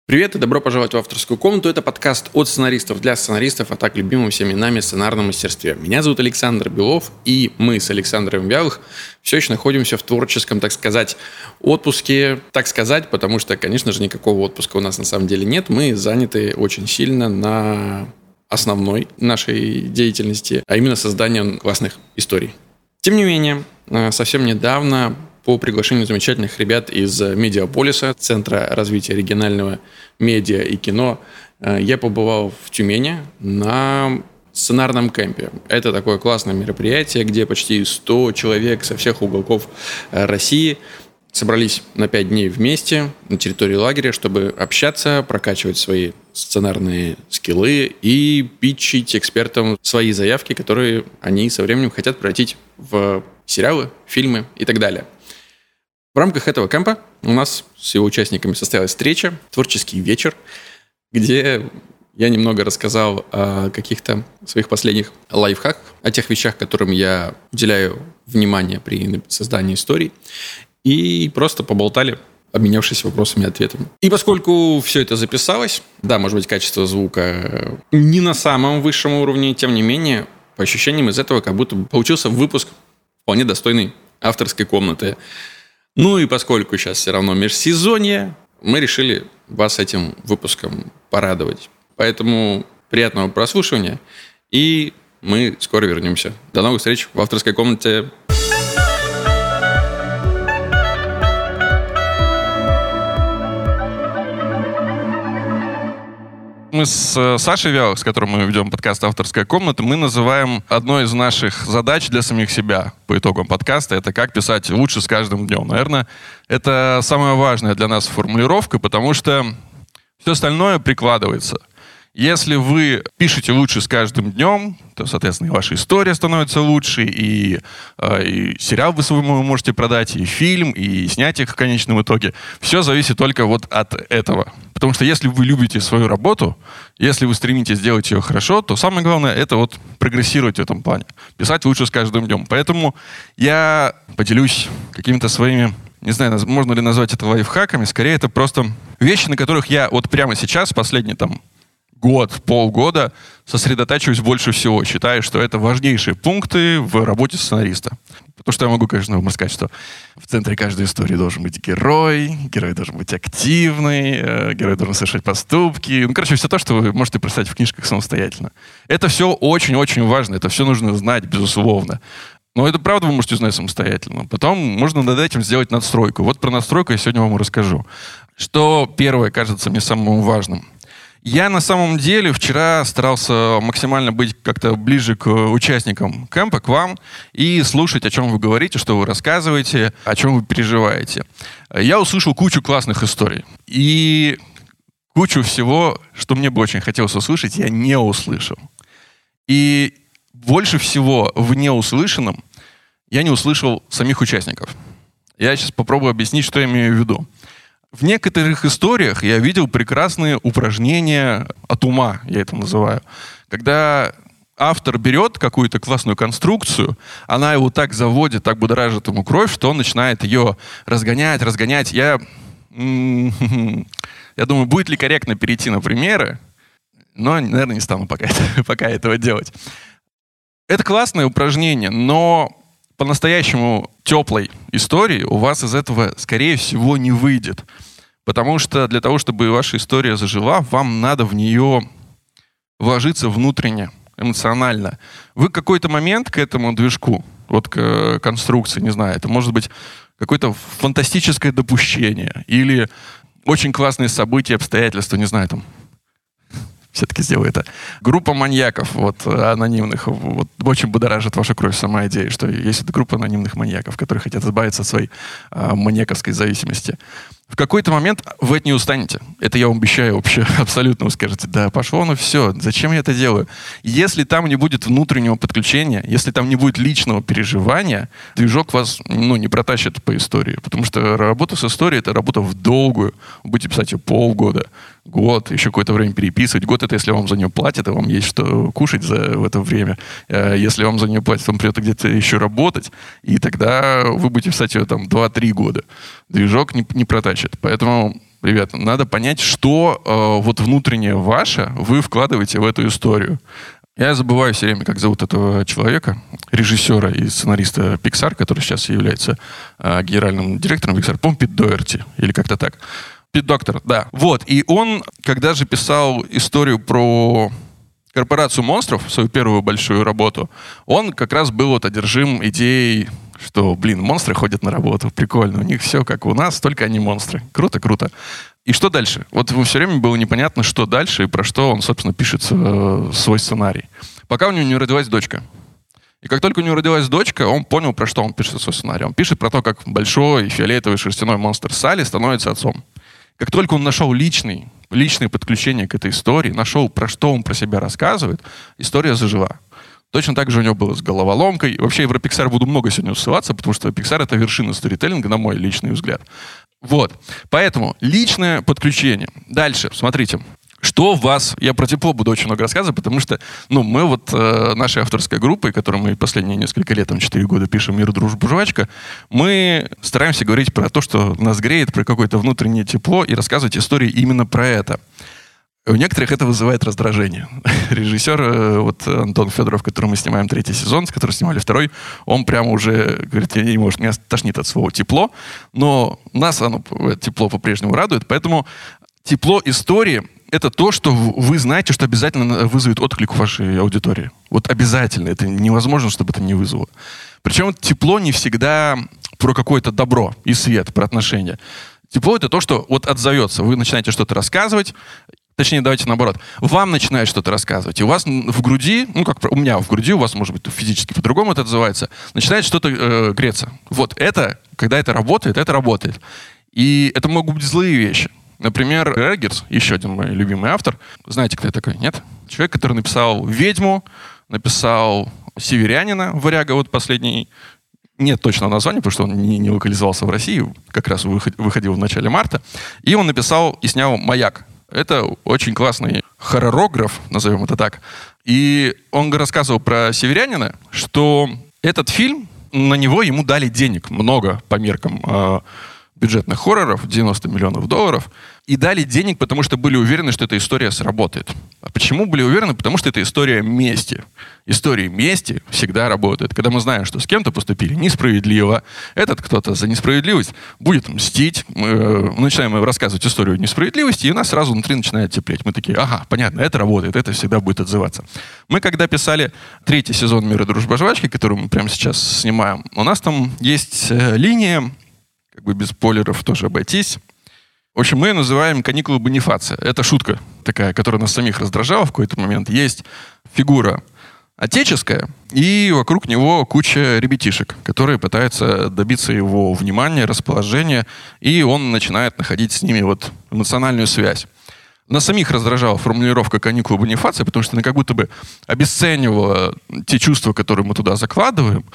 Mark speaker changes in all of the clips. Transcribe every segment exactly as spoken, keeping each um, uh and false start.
Speaker 1: Привет и добро пожаловать в авторскую комнату. Это подкаст от сценаристов для сценаристов, а так любимым всеми нами сценарном мастерстве. Меня зовут Александр Белов, и мы с Александром Вялых все еще находимся в творческом, так сказать, отпуске. Так сказать, потому что, конечно же, никакого отпуска у нас на самом деле нет. Мы заняты очень сильно на основной нашей деятельности, а именно созданием классных историй. Тем не менее, совсем недавно по приглашению замечательных ребят из Медиаполиса, Центра развития регионального медиа и кино, я побывал в Тюмени на сценарном кемпе. Это такое классное мероприятие, где почти сто человек со всех уголков России собрались на пять дней вместе на территории лагеря, чтобы общаться, прокачивать свои сценарные скиллы и питчить экспертам свои заявки, которые они со временем хотят превратить в сериалы, фильмы и так далее. В рамках этого кемпа у нас с его участниками состоялась встреча, творческий вечер, где я немного рассказал о каких-то своих последних лайфхаках, о тех вещах, которым я уделяю внимание при создании историй, и просто поболтали, обменявшись вопросами и ответами. И поскольку все это записалось, да, может быть, качество звука не на самом высшем уровне, тем не менее, по ощущениям из этого как будто получился выпуск вполне достойный авторской комнаты. Ну и поскольку сейчас все равно межсезонье, мы решили вас этим выпуском порадовать. Поэтому приятного прослушивания, и мы скоро вернемся. До новых встреч в авторской комнате.
Speaker 2: Мы с Сашей Вялых, с которым мы ведем подкаст «Авторская комната», мы называем одной из наших задач для самих себя по итогам подкаста. Это как писать лучше с каждым днем. Наверное, это самая важная для нас формулировка, потому что все остальное прикладывается. Если вы пишете лучше с каждым днем, то, соответственно, и ваша история становится лучше, и, и сериал вы свой можете продать, и фильм, и снять их в конечном итоге. Все зависит только вот от этого. Потому что если вы любите свою работу, если вы стремитесь сделать ее хорошо, то самое главное — это вот прогрессировать в этом плане. Писать лучше с каждым днем. Поэтому я поделюсь какими-то своими, не знаю, можно ли назвать это лайфхаками, скорее это просто вещи, на которых я вот прямо сейчас, последние там год, полгода сосредотачиваюсь больше всего. Считаю, что это важнейшие пункты в работе сценариста. Потому что я могу, конечно, вам рассказать, что в центре каждой истории должен быть герой, герой должен быть активный, э, герой должен совершать поступки. Ну, короче, все то, что вы можете представить в книжках самостоятельно. Это все очень-очень важно, это все нужно знать, безусловно. Но это правда вы можете знать самостоятельно. Потом можно над этим сделать надстройку. Вот про надстройку я сегодня вам и расскажу. Что первое кажется мне самым важным. Я на самом деле вчера старался максимально быть как-то ближе к участникам кемпа, к вам, и слушать, о чем вы говорите, что вы рассказываете, о чем вы переживаете. Я услышал кучу классных историй. И кучу всего, что мне бы очень хотелось услышать, я не услышал. И больше всего в неуслышанном я не услышал самих участников. Я сейчас попробую объяснить, что я имею в виду. В некоторых историях я видел прекрасные упражнения от ума, я это называю. Когда автор берет какую-то классную конструкцию, она его так заводит, так будоражит ему кровь, что он начинает ее разгонять, разгонять. Я, я думаю, будет ли корректно перейти на примеры, но, наверное, не стану пока, это, пока этого делать. Это классное упражнение, но по-настоящему теплой истории у вас из этого, скорее всего, не выйдет. Потому что для того, чтобы ваша история зажила, вам надо в нее вложиться внутренне, эмоционально. Вы какой-то момент к этому движку, вот к конструкции, не знаю, это может быть какое-то фантастическое допущение или очень классные события, обстоятельства, не знаю, там, все-таки сделаю это. Группа маньяков, вот, анонимных, вот, очень будоражит ваша кровь сама идея, что есть эта группа анонимных маньяков, которые хотят избавиться от своей а, маньяковской зависимости. В какой-то момент вы от нее устанете. Это я вам обещаю вообще абсолютно. Вы скажете, да, пошло оно все, зачем я это делаю? Если там не будет внутреннего подключения, если там не будет личного переживания, движок вас, ну, не протащит по истории. Потому что работа с историей — это работа в долгую. Вы будете писать ее полгода, год, еще какое-то время переписывать. Год — это если вам за нее платят, и вам есть что кушать за, в это время. Если вам за нее платят, вам придется где-то еще работать, и тогда вы будете писать ее там два-три года. Движок не, не протащит. Поэтому Привет. Надо понять, что э, вот внутреннее ваше вы вкладываете в эту историю. Я забываю все время, как зовут этого человека, режиссера и сценариста Pixar, который сейчас является э, генеральным директором Pixar, по-моему, Пит Доерти, или как-то так. Пит Доктор, да. Вот, и он, когда же писал историю про корпорацию монстров, свою первую большую работу, он как раз был вот одержим идеей, что, блин, монстры ходят на работу, прикольно, у них все как у нас, только они монстры. Круто, круто. И что дальше? Вот ему все время было непонятно, что дальше и про что он, собственно, пишет э, свой сценарий. Пока у него не родилась дочка. И как только у него родилась дочка, он понял, про что он пишет свой сценарий. Он пишет про то, как большой фиолетовый шерстяной монстр Салли становится отцом. Как только он нашел личный, личное подключение к этой истории, нашел, про что он про себя рассказывает, история зажила. Точно так же у него было с головоломкой. Вообще, я про Pixar буду много сегодня ссылаться, потому что Pixar — это вершина сторителлинга, на мой личный взгляд. Вот. Поэтому личное подключение. Дальше, смотрите. Что в вас... Я про тепло буду очень много рассказывать, потому что, ну, мы вот э, нашей авторской группой, которую мы последние несколько лет, там, четыре года пишем «Мир, дружба, жвачка», мы стараемся говорить про то, что нас греет, про какое-то внутреннее тепло, и рассказывать истории именно про это. У некоторых это вызывает раздражение. Режиссер, э, вот Антон Федоров, который мы снимаем третий сезон, с которым снимали второй, он прямо уже говорит, я не могу, меня тошнит от слова «тепло», но нас оно, тепло по-прежнему радует, поэтому тепло истории — это то, что вы знаете, что обязательно вызовет отклик в вашей аудитории. Вот обязательно. Это невозможно, чтобы это не вызвало. Причем тепло не всегда про какое-то добро и свет, про отношения. Тепло — это то, что вот отзовется. Вы начинаете что-то рассказывать, точнее, давайте наоборот. Вам начинают что-то рассказывать, и у вас в груди, ну, как у меня в груди, у вас, может быть, физически по-другому это отзывается, начинает что-то э, греться. Вот это, когда это работает, это работает. И это могут быть злые вещи. Например, Эггерс, еще один мой любимый автор. Знаете, кто это такой? Нет? Человек, который написал «Ведьму», написал «Северянина», «Варяга», вот последний. Нет точного названия, потому что он не, не локализовался в России, как раз выходил в начале марта. И он написал и снял «Маяк». Это очень классный хорророграф, назовем это так. И он рассказывал про «Северянина», что этот фильм, на него ему дали денег, много по меркам э, бюджетных хорроров, девяносто миллионов долларов, и дали денег, потому что были уверены, что эта история сработает. А почему были уверены? Потому что это история мести. Истории мести всегда работают. Когда мы знаем, что с кем-то поступили несправедливо, этот кто-то за несправедливость будет мстить, мы начинаем рассказывать историю несправедливости, и у нас сразу внутри начинает теплеть. Мы такие, ага, понятно, это работает, это всегда будет отзываться. Мы когда писали третий сезон «Мира, дружба, жвачки», который мы прямо сейчас снимаем, у нас там есть линия, как бы без спойлеров тоже обойтись. В общем, мы ее называем «Каникулы Бонифация». Это шутка такая, которая нас самих раздражала в какой-то момент. Есть фигура отеческая, и вокруг него куча ребятишек, которые пытаются добиться его внимания, расположения, и он начинает находить с ними вот эмоциональную связь. Нас самих раздражала формулировка «каникулы Бонифация», потому что она как будто бы обесценивала те чувства, которые мы туда закладываем.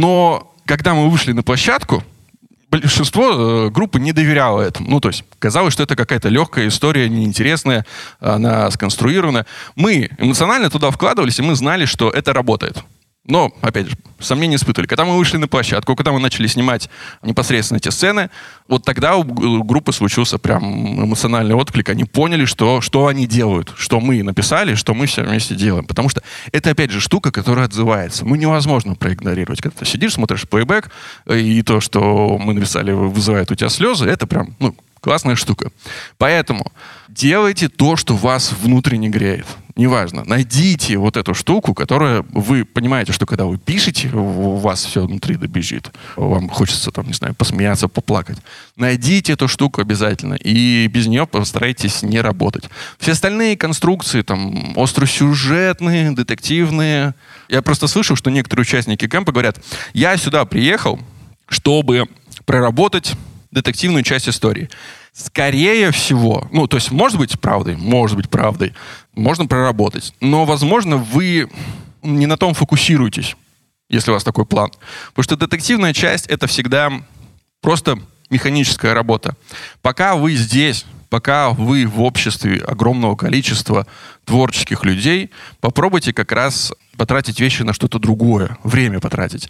Speaker 2: Но когда мы вышли на площадку, большинство э, группы не доверяло этому. Ну, то есть казалось, что это какая-то легкая история, неинтересная, она сконструирована. Мы эмоционально туда вкладывались, и мы знали, что это работает. Но, опять же, сомнений испытывали. Когда мы вышли на площадку, когда мы начали снимать непосредственно эти сцены, вот тогда у группы случился прям эмоциональный отклик. Они поняли, что, что они делают, что мы написали, что мы все вместе делаем. Потому что это, опять же, штука, которая отзывается. Ну, невозможно проигнорировать. Когда ты сидишь, смотришь плейбэк, и то, что мы написали, вызывает у тебя слезы, это прям, ну, классная штука. Поэтому делайте то, что вас внутренне греет. Неважно. Найдите вот эту штуку, которая вы понимаете, что когда вы пишете, у вас все внутри добежит. Вам хочется, там, не знаю, посмеяться, поплакать. Найдите эту штуку обязательно. И без нее постарайтесь не работать. Все остальные конструкции, там, остросюжетные, детективные. Я просто слышал, что некоторые участники кемпа говорят, я сюда приехал, чтобы проработать детективную часть истории. Скорее всего, ну, то есть, может быть правдой, может быть правдой, можно проработать, но, возможно, вы не на том фокусируетесь, если у вас такой план. Потому что детективная часть — это всегда просто механическая работа. Пока вы здесь, пока вы в обществе огромного количества творческих людей, попробуйте как раз потратить вещи на что-то другое, время потратить.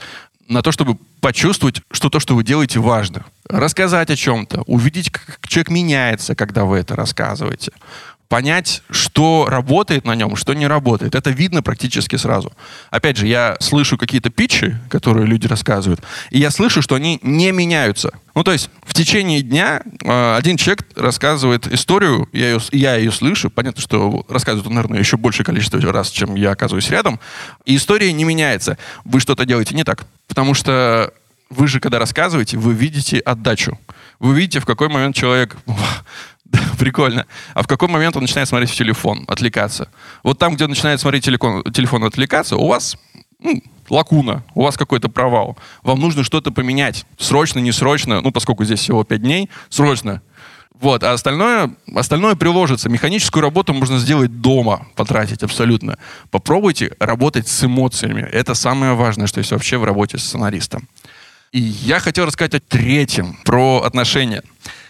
Speaker 2: на то, чтобы почувствовать, что то, что вы делаете, важно. Рассказать о чем-то, увидеть, как человек меняется, когда вы это рассказываете. Понять, что работает на нем, что не работает. Это видно практически сразу. Опять же, я слышу какие-то питчи, которые люди рассказывают, и я слышу, что они не меняются. Ну, то есть в течение дня э, один человек рассказывает историю, я ее, я ее слышу, понятно, что рассказывает он, наверное, еще большее количество раз, чем я оказываюсь рядом, и история не меняется. Вы что-то делаете не так. Потому что вы же, когда рассказываете, вы видите отдачу. Вы видите, в какой момент человек... Прикольно. А в какой момент он начинает смотреть в телефон, отвлекаться? Вот там, где он начинает смотреть телефон, телефон отвлекаться, у вас ну, лакуна, у вас какой-то провал. Вам нужно что-то поменять. Срочно, не срочно. Ну, поскольку здесь всего пять дней, срочно. Вот. А остальное, остальное приложится. Механическую работу можно сделать дома, потратить абсолютно. Попробуйте работать с эмоциями. Это самое важное, что есть вообще в работе с сценаристом. И я хотел рассказать о третьем, про отношения.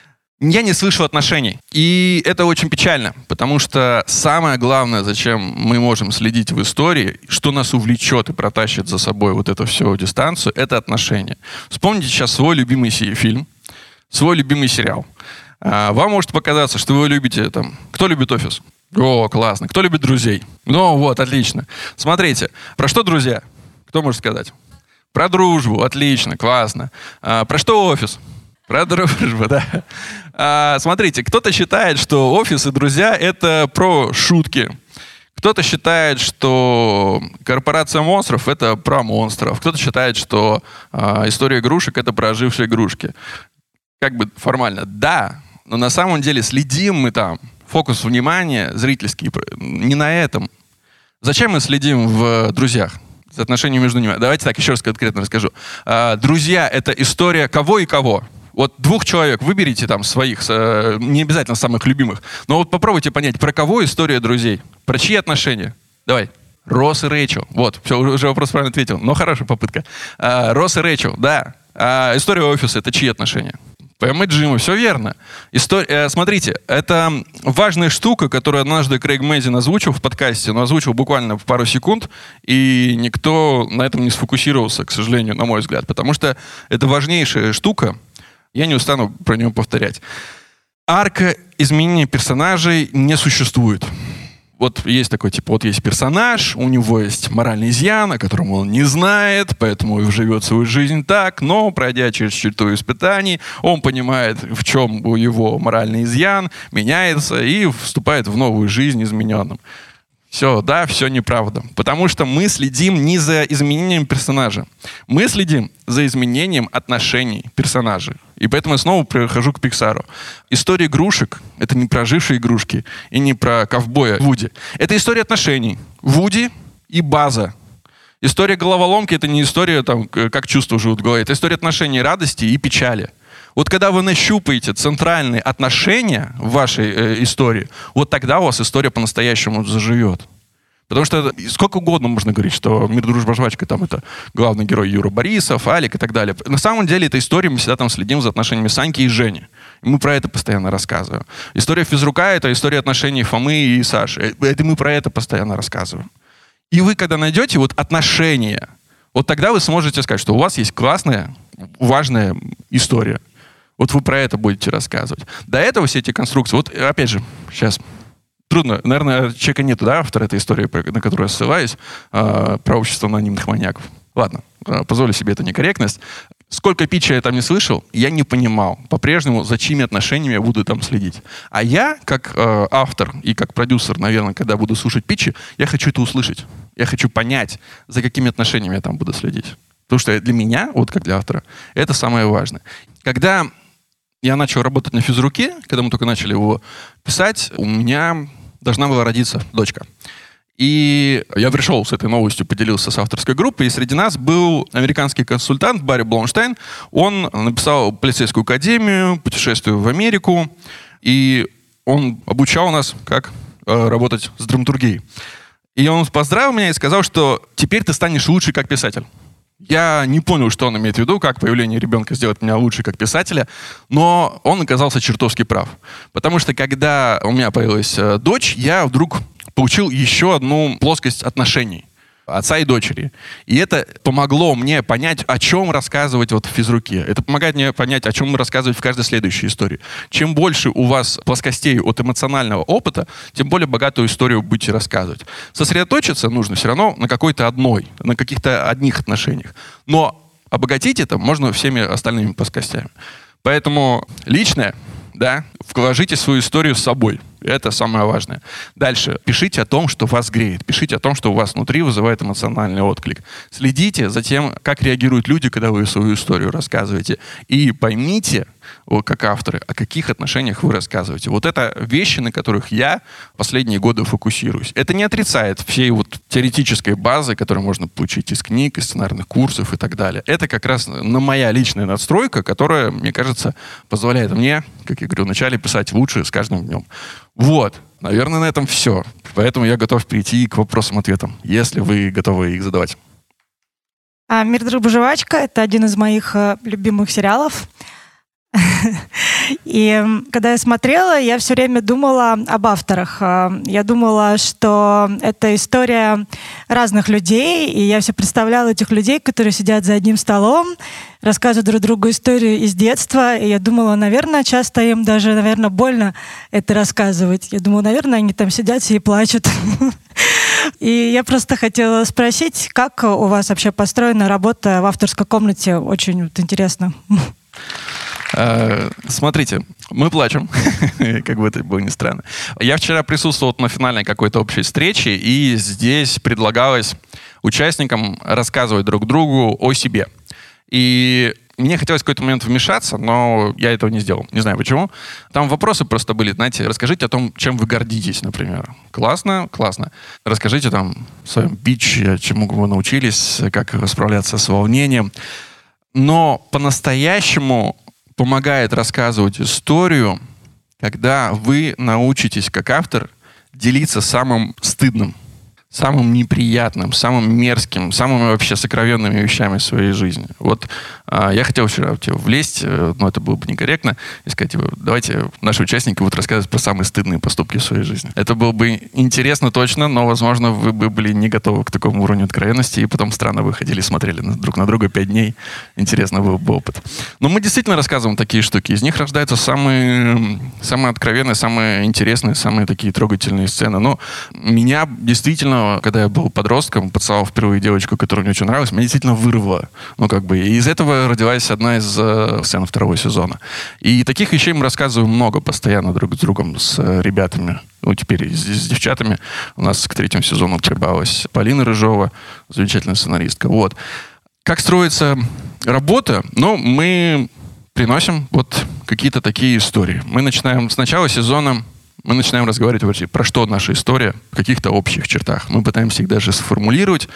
Speaker 2: Я не слышу отношений. И это очень печально, потому что самое главное, зачем мы можем следить в истории, что нас увлечет и протащит за собой вот эту всю дистанцию, это отношения. Вспомните сейчас свой любимый фильм, свой любимый сериал. Вам может показаться, что вы любите там... Кто любит «Офис»? О, классно. Кто любит «Друзей»? Ну вот, отлично. Смотрите, про что «Друзья»? Кто может сказать? Про дружбу. Отлично, классно. Про что «Офис»? Про дружбу, да. А, смотрите, кто-то считает, что «Офис» и «Друзья» — это про шутки. Кто-то считает, что «Корпорация монстров» — это про монстров. Кто-то считает, что а, «История игрушек» — это про ожившие игрушки. Как бы формально, да, но на самом деле следим мы там. Фокус внимания зрительский не на этом. Зачем мы следим в «Друзьях»? Отношения между ними. Давайте так, еще раз конкретно расскажу. А, «Друзья» — это история кого и кого. Вот двух человек выберите там своих, не обязательно самых любимых, но вот попробуйте понять, про кого история друзей, про чьи отношения. Давай. Росс и Рэйчел. Вот, все, уже вопрос правильно ответил. Но хорошая попытка. А, Росс и Рэйчел, да. А история «Офиса» — это чьи отношения? Пэм и Джима, все верно. История, смотрите, это важная штука, которую однажды Крейг Мэзин озвучил в подкасте, но озвучил буквально в пару секунд, и никто на этом не сфокусировался, к сожалению, на мой взгляд, потому что это важнейшая штука. Я не устану про него повторять. Арка изменения персонажей не существует. Вот есть такой, типа, вот есть персонаж, у него есть моральный изъян, о котором он не знает, поэтому и живет свою жизнь так, но, пройдя через черту испытаний, он понимает, в чем его моральный изъян, меняется и вступает в новую жизнь измененным. Все, да, все неправда. Потому что мы следим не за изменением персонажа. Мы следим за изменением отношений персонажей. И поэтому я снова прихожу к Пиксару. История игрушек — это не про ожившие игрушки и не про ковбоя Вуди. Это история отношений. Вуди и база. История головоломки — это не история, там, как чувства живут в голове. Это история отношений, радости и печали. Вот когда вы нащупаете центральные отношения в вашей э, истории, вот тогда у вас история по-настоящему заживет. Потому что сколько угодно можно говорить, что «Мир, дружба, жвачка» там это главный герой Юра Борисов, Алик и так далее. На самом деле эта история, мы всегда там следим за отношениями Саньки и Жени. И мы про это постоянно рассказываем. История физрука — это история отношений Фомы и Саши. Это мы про это постоянно рассказываем. И вы, когда найдете вот отношения, вот тогда вы сможете сказать, что у вас есть классная, важная история. Вот вы про это будете рассказывать. До этого все эти конструкции... Вот, опять же, сейчас... Трудно. Наверное, человека нету, да, автора этой истории, на которую я ссылаюсь, э, про общество анонимных маньяков. Ладно, э, позволю себе эту некорректность. Сколько питча я там не слышал, я не понимал по-прежнему, за чьими отношениями я буду там следить. А я, как э, автор и как продюсер, наверное, когда буду слушать питчи, я хочу это услышать. Я хочу понять, за какими отношениями я там буду следить. Потому что для меня, вот как для автора, это самое важное. Когда я начал работать на физруке, когда мы только начали его писать, у меня должна была родиться дочка. И я пришел с этой новостью, поделился с авторской группой, и среди нас был американский консультант Барри Блонштейн. Он написал «Полицейскую академию», «Путешествие в Америку», и он обучал нас, как э, работать с драматургией. И он поздравил меня и сказал, что теперь ты станешь лучше как писатель. Я не понял, что он имеет в виду, как появление ребенка сделает меня лучше как писателя, но он оказался чертовски прав. Потому что когда у меня появилась э, дочь, я вдруг получил еще одну плоскость отношений. отца и дочери. И это помогло мне понять, о чем рассказывать вот в физруке. Это помогает мне понять, о чем рассказывать в каждой следующей истории. Чем больше у вас плоскостей от эмоционального опыта, тем более богатую историю будете рассказывать. Сосредоточиться нужно все равно на какой-то одной, на каких-то одних отношениях. Но обогатить это можно всеми остальными плоскостями. Поэтому личное, да, вложите свою историю с собой. Это самое важное. Дальше. Пишите о том, что вас греет. Пишите о том, что у вас внутри вызывает эмоциональный отклик. Следите за тем, как реагируют люди, когда вы свою историю рассказываете. И поймите, как авторы, о каких отношениях вы рассказываете. Вот это вещи, на которых я последние годы фокусируюсь. Это не отрицает всей вот теоретической базы, которую можно получить из книг, из сценарных курсов и так далее. Это как раз на моя личная надстройка, которая, мне кажется, позволяет мне, как я говорю вначале, писать лучше с каждым днем. Вот. Наверное, на этом все. Поэтому я готов перейти к вопросам-ответам, если вы готовы их задавать.
Speaker 3: А «Мир, дружба, жвачка» — это один из моих э, любимых сериалов. И когда я смотрела, я все время думала об авторах. Я думала, что это история разных людей, и я все представляла этих людей, которые сидят за одним столом, рассказывают друг другу историю из детства, и я думала, наверное, часто им даже, наверное, больно это рассказывать. Я думала, наверное, они там сидят все и плачут. И я просто хотела спросить, как у вас вообще построена работа в авторской комнате? Очень вот интересно.
Speaker 2: Смотрите, мы плачем, как бы это было ни странно. Я вчера присутствовал на финальной какой-то общей встрече, и здесь предлагалось участникам рассказывать друг другу о себе. И мне хотелось в какой-то момент вмешаться, но я этого не сделал. Не знаю почему. Там вопросы просто были, знаете, расскажите о том, чем вы гордитесь, например. Классно? Классно. Расскажите там о своем биче, чему вы научились, как справляться с волнением. Но по-настоящему помогает рассказывать историю, когда вы научитесь, как автор, делиться самым стыдным, самым неприятным, самым мерзким, самыми вообще сокровенными вещами в своей жизни. Вот а, я хотел вчера типа, влезть, но это было бы некорректно, и сказать, типа, давайте наши участники будут рассказывать про самые стыдные поступки в своей жизни. Это было бы интересно точно, но, возможно, вы бы были не готовы к такому уровню откровенности, и потом странно выходили и смотрели друг на друга пять дней. Интересно был бы опыт. Но мы действительно рассказываем такие штуки. Из них рождаются самые, самые откровенные, самые интересные, самые такие трогательные сцены. Но меня действительно, когда я был подростком, поцеловал впервые девочку, которая мне очень нравилась, меня действительно вырвало. Ну, как бы, и из этого родилась одна из э, сцен второго сезона. И таких вещей мы рассказываем много постоянно друг с другом, с э, ребятами. Ну, теперь с, с девчатами. У нас к третьему сезону прибавилась Полина Рыжова, замечательная сценаристка. Вот. Как строится работа? Ну, мы приносим вот какие-то такие истории. Мы начинаем с начала сезона. Мы начинаем разговаривать вообще, про что наша история в каких-то общих чертах. Мы пытаемся их даже сформулировать,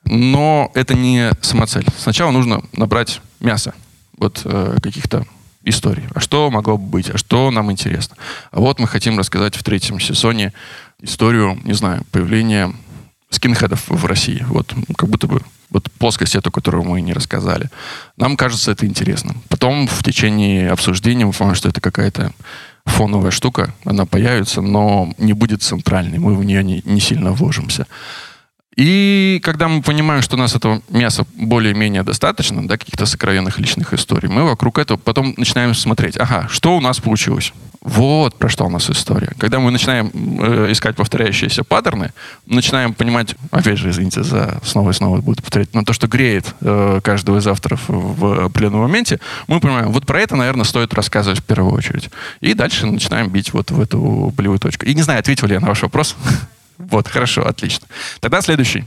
Speaker 2: но это не самоцель. Сначала нужно набрать мясо вот, э, каких-то историй. А что могло бы быть? А что нам интересно? А вот мы хотим рассказать в третьем сезоне историю, не знаю, появления скинхедов в России. Вот как будто бы вот плоскость эту, которую мы не рассказали. Нам кажется это интересным. Потом в течение обсуждения мы понимаем, что это какая-то фоновая штука, она появится, но не будет центральной, мы в нее не, не сильно вложимся. И когда мы понимаем, что у нас этого мяса более-менее достаточно, да, каких-то сокровенных личных историй, мы вокруг этого потом начинаем смотреть, ага, что у нас получилось? Вот про что у нас история. Когда мы начинаем э, искать повторяющиеся паттерны, начинаем понимать, опять же, извините, за снова и снова буду повторять, но то, что греет э, каждого из авторов в определенном моменте, мы понимаем, вот про это, наверное, стоит рассказывать в первую очередь. И дальше начинаем бить вот в эту болевую точку. И не знаю, ответил ли я на ваш вопрос. Вот, хорошо, отлично. Тогда следующий.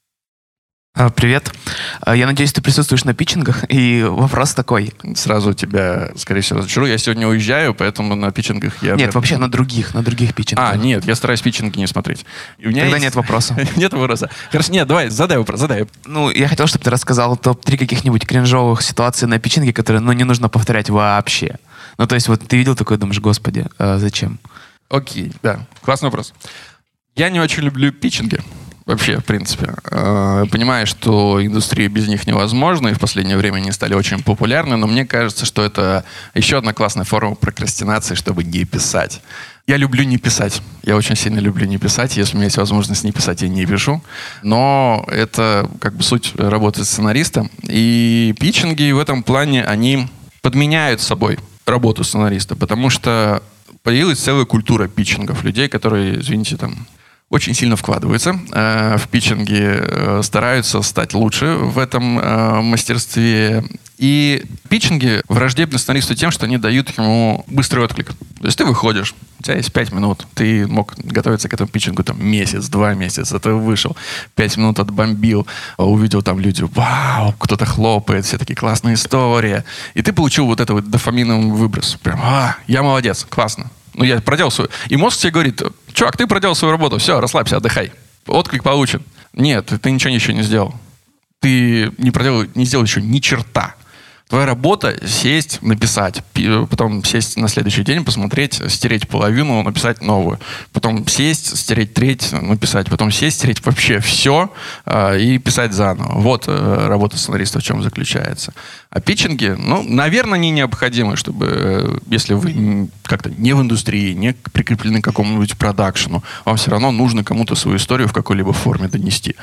Speaker 4: Привет. Я надеюсь, ты присутствуешь на питчингах. И вопрос такой.
Speaker 2: Сразу тебя, скорее всего, разочарую. Я сегодня уезжаю, поэтому на питчингах я...
Speaker 4: Нет, вообще на других, на других питчингах.
Speaker 2: А, нет, я стараюсь питчинги не смотреть. И у меня
Speaker 4: Тогда
Speaker 2: есть...
Speaker 4: нет вопроса.
Speaker 2: Нет вопроса. Хорошо, нет, давай, задай вопрос, задай.
Speaker 4: Ну, я хотел, чтобы ты рассказал топ три каких-нибудь кринжовых ситуаций на питчинге, которые, ну, не нужно повторять вообще. Ну, то есть, вот ты видел такое, думаешь, господи, а зачем?
Speaker 2: Окей, да, классный вопрос. Я не очень люблю питчинги. Вообще, в принципе. Понимаю, что индустрия без них невозможна, и в последнее время они стали очень популярны, но мне кажется, что это еще одна классная форма прокрастинации, чтобы не писать. Я люблю не писать. Я очень сильно люблю не писать. Если у меня есть возможность не писать, я не пишу. Но это как бы суть работы сценариста. И питчинги в этом плане, они подменяют собой работу сценариста, потому что появилась целая культура питчингов. Людей, которые, извините, там... очень сильно вкладываются э, в питчинги, э, стараются стать лучше в этом э, мастерстве. И питчинги враждебны сценаристу тем, что они дают ему быстрый отклик. То есть ты выходишь, у тебя есть пять минут, ты мог готовиться к этому питчингу там месяц, два месяца, ты вышел, пять минут отбомбил, увидел там люди, вау, кто-то хлопает, все такие классная история. И ты получил вот этот вот дофаминовый выброс. Прям, а, я молодец, классно. Ну, я проделал свою... И мозг тебе говорит, чувак, ты проделал свою работу, все, расслабься, отдыхай. Отклик получен. Нет, ты ничего еще не сделал. Ты не проделал, не сделал еще ни черта. Твоя работа — сесть, написать, потом сесть на следующий день, посмотреть, стереть половину, написать новую. Потом сесть, стереть треть, написать. Потом сесть, стереть вообще все э, и писать заново. Вот э, работа сценариста в чем заключается. А питчинги, ну, наверное, они необходимы, чтобы, э, если вы как-то не в индустрии, не прикреплены к какому-нибудь продакшену, вам все равно нужно кому-то свою историю в какой-либо форме донести.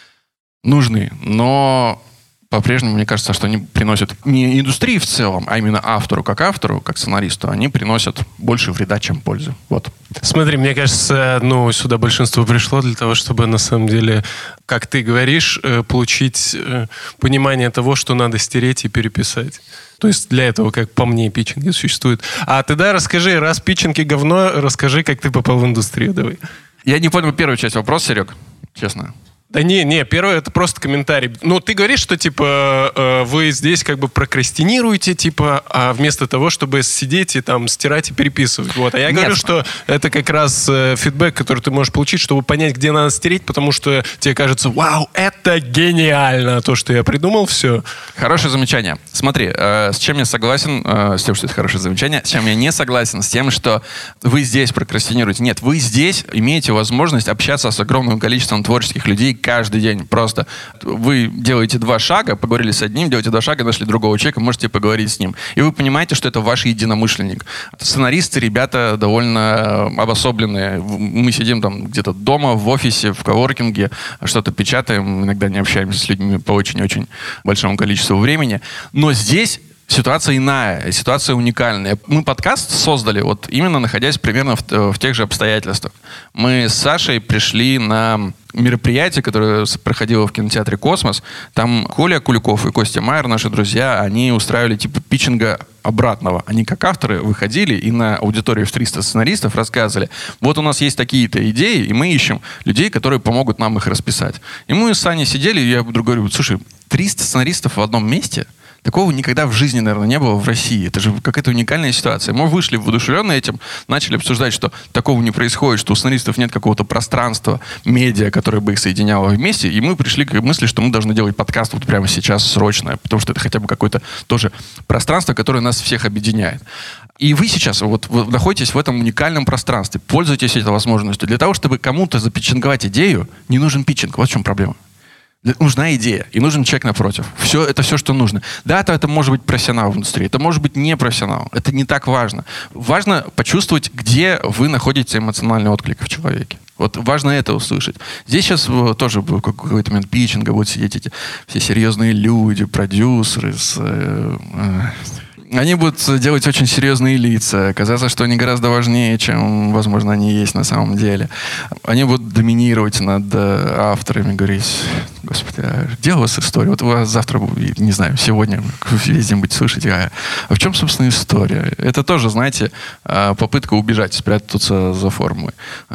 Speaker 2: Нужны, но... По-прежнему, мне кажется, что они приносят не индустрии в целом, а именно автору, как автору, как сценаристу, они приносят больше вреда, чем пользы. Вот.
Speaker 5: Смотри, мне кажется, ну, сюда большинство пришло для того, чтобы, на самом деле, как ты говоришь, получить понимание того, что надо стереть и переписать. То есть для этого, как по мне, питчинги существуют. А ты, да, расскажи, раз питчинги говно, расскажи, как ты попал в индустрию, давай.
Speaker 2: Я не понял первую часть вопроса, Серег, честно.
Speaker 5: Да не, не, первое это просто комментарий. Ну, ты говоришь, что, типа, э, вы здесь как бы прокрастинируете, типа, а вместо того, чтобы сидеть и там стирать и переписывать. Вот. А я Нет. говорю, что это как раз э, фидбэк, который ты можешь получить, чтобы понять, где надо стереть, потому что тебе кажется, вау, это гениально, то, что я придумал, все.
Speaker 2: Хорошее замечание. Смотри, э, с чем я согласен, э, с тем, что это хорошее замечание, с чем я не согласен, с тем, что вы здесь прокрастинируете. Нет, вы здесь имеете возможность общаться с огромным количеством творческих людей каждый день. Просто вы делаете два шага, поговорили с одним, делаете два шага, нашли другого человека, можете поговорить с ним. И вы понимаете, что это ваш единомышленник. Сценаристы, ребята довольно обособленные. Мы сидим там где-то дома, в офисе, в коворкинге, что-то печатаем, иногда не общаемся с людьми по очень-очень большому количеству времени. Но здесь ситуация иная, ситуация уникальная. Мы подкаст создали, вот именно находясь примерно в, в тех же обстоятельствах. Мы с Сашей пришли на мероприятие, которое проходило в кинотеатре «Космос». Там Коля Куликов и Костя Майер, наши друзья, они устраивали типа питчинга обратного. Они как авторы выходили и на аудитории в триста сценаристов рассказывали, вот у нас есть такие-то идеи, и мы ищем людей, которые помогут нам их расписать. И мы с Саней сидели, и я вдруг говорю, слушай, триста сценаристов в одном месте? Такого никогда в жизни, наверное, не было в России. Это же какая-то уникальная ситуация. Мы вышли воодушевленные этим, начали обсуждать, что такого не происходит, что у сценаристов нет какого-то пространства, медиа, которое бы их соединяло вместе. И мы пришли к мысли, что мы должны делать подкаст вот прямо сейчас, срочно, потому что это хотя бы какое-то тоже пространство, которое нас всех объединяет. И вы сейчас вот вы находитесь в этом уникальном пространстве. Пользуйтесь этой возможностью. Для того, чтобы кому-то запитчинговать идею, не нужен питчинг. Вот в чем проблема. Нужна идея, и нужен человек напротив. Все, это все, что нужно. Да, это, это может быть профессионал в индустрии, это может быть не профессионал. Это не так важно. Важно почувствовать, где вы находите эмоциональный отклик в человеке. Вот важно это услышать. Здесь сейчас тоже был какой-то момент питчинга, будут сидеть эти все серьезные люди, продюсеры с... Э, э, Они будут делать очень серьезные лица, казаться, что они гораздо важнее, чем, возможно, они есть на самом деле. Они будут доминировать над э, авторами, говорить, господи, а где у вас история? Вот у вас завтра, не знаю, сегодня весь день будете слышать, а, а в чем, собственно, история? Это тоже, знаете, попытка убежать, спрятаться за формулой.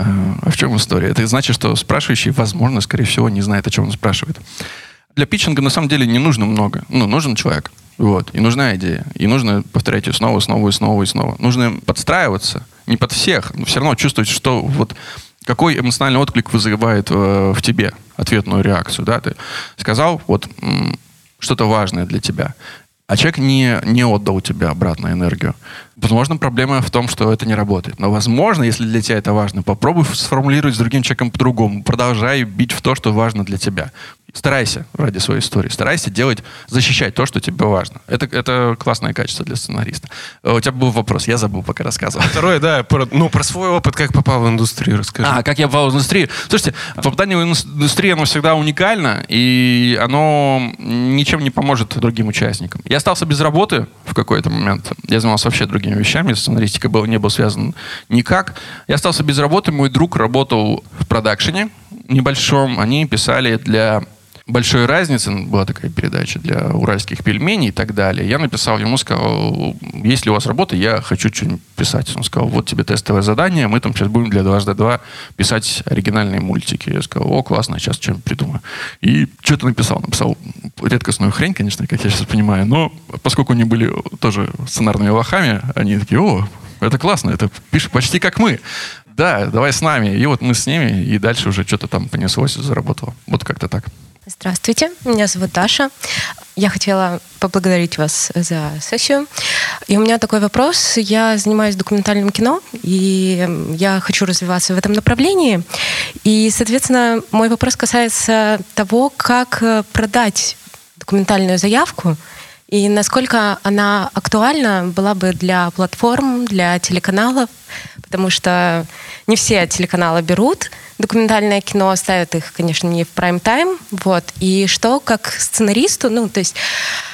Speaker 2: А в чем история? Это значит, что спрашивающий, возможно, скорее всего, не знает, о чем он спрашивает. Для питчинга, на самом деле, не нужно много. Ну, нужен человек. Вот. И нужна идея. И нужно повторять ее снова, снова и снова и снова. Нужно подстраиваться. Не под всех, но все равно чувствовать, что вот какой эмоциональный отклик вызывает э, в тебе ответную реакцию. Да? Ты сказал вот м- что-то важное для тебя, а человек не, не отдал тебе обратно энергию. Возможно, проблема в том, что это не работает. Но, возможно, если для тебя это важно, попробуй сформулировать с другим человеком по-другому. Продолжай бить в то, что важно для тебя. Старайся ради своей истории. Старайся делать, защищать то, что тебе важно. Это, это классное качество для сценариста. У тебя был вопрос, я забыл, пока рассказывал.
Speaker 5: Второе, да, про, ну, про свой опыт, как попал в индустрию, расскажи.
Speaker 2: А, как я попал в индустрию? Слушайте, попадание в индустрию, оно всегда уникально, и оно ничем не поможет другим участникам. Я остался без работы в какой-то момент. Я занимался вообще другими вещами, сценаристика был, не был связан никак. Я остался без работы, мой друг работал в продакшене небольшом. Они писали для «Большой разницы», была такая передача для уральских пельменей и так далее. Я написал ему, сказал, есть ли у вас работа, я хочу что-нибудь писать. Он сказал, вот тебе тестовое задание, мы там сейчас будем для дважды два писать оригинальные мультики. Я сказал, о, классно, сейчас что-нибудь придумаю. И что-то написал. Написал редкостную хрень, конечно, как я сейчас понимаю, но поскольку они были тоже сценарными лохами, они такие, о, это классно, это пишет почти как мы. Да, давай с нами. И вот мы с ними, и дальше уже что-то там понеслось и заработало. Вот как-то так.
Speaker 6: Здравствуйте, меня зовут Даша. Я хотела поблагодарить вас за сессию. И у меня такой вопрос. Я занимаюсь документальным кино, и я хочу развиваться в этом направлении. И, соответственно, мой вопрос касается того, как продать документальную заявку, и насколько она актуальна была бы для платформ, для телеканалов, потому что не все телеканалы берут документальное кино, ставят их, конечно, не в прайм-тайм, вот, и что как сценаристу, ну, то есть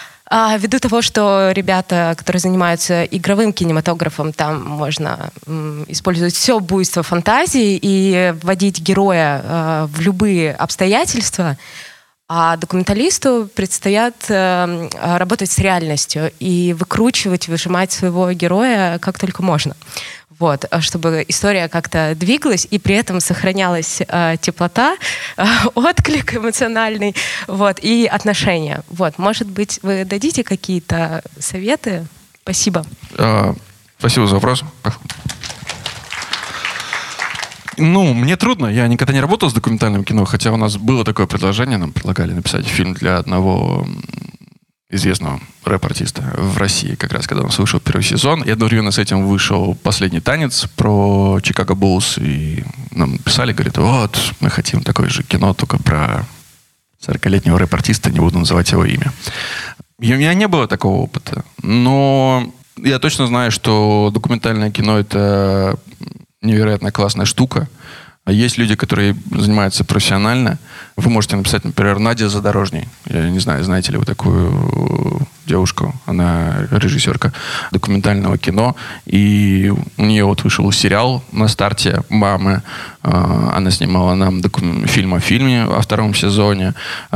Speaker 6: а, ввиду того, что ребята, которые занимаются игровым кинематографом, там можно м, использовать все буйство фантазии и вводить героя а, в любые обстоятельства, а документалисту предстоят э, работать с реальностью и выкручивать, выжимать своего героя как только можно. Вот, чтобы история как-то двигалась и при этом сохранялась э, теплота, э, отклик эмоциональный, вот, и отношения. Вот, может быть, вы дадите какие-то советы? Спасибо.
Speaker 2: А, спасибо за вопрос. Ну, мне трудно. Я никогда не работал с документальным кино, хотя у нас было такое предложение. Нам предлагали написать фильм для одного известного рэп-артиста в России, как раз когда у нас вышел первый сезон. И одновременно с этим вышел «Последний танец» про Чикаго Буллс. И нам писали, говорят, вот, мы хотим такое же кино, только про сорокалетнего рэп-артиста, не буду называть его имя. И у меня не было такого опыта. Но я точно знаю, что документальное кино — это невероятно классная штука. Есть люди, которые занимаются профессионально. Вы можете написать, например, Надя Задорожней. Я не знаю, знаете ли вы такую девушку. Она режиссерка документального кино. И у нее вот вышел сериал на старте «Мамы». Она снимала нам докум... фильм о фильме во втором сезоне.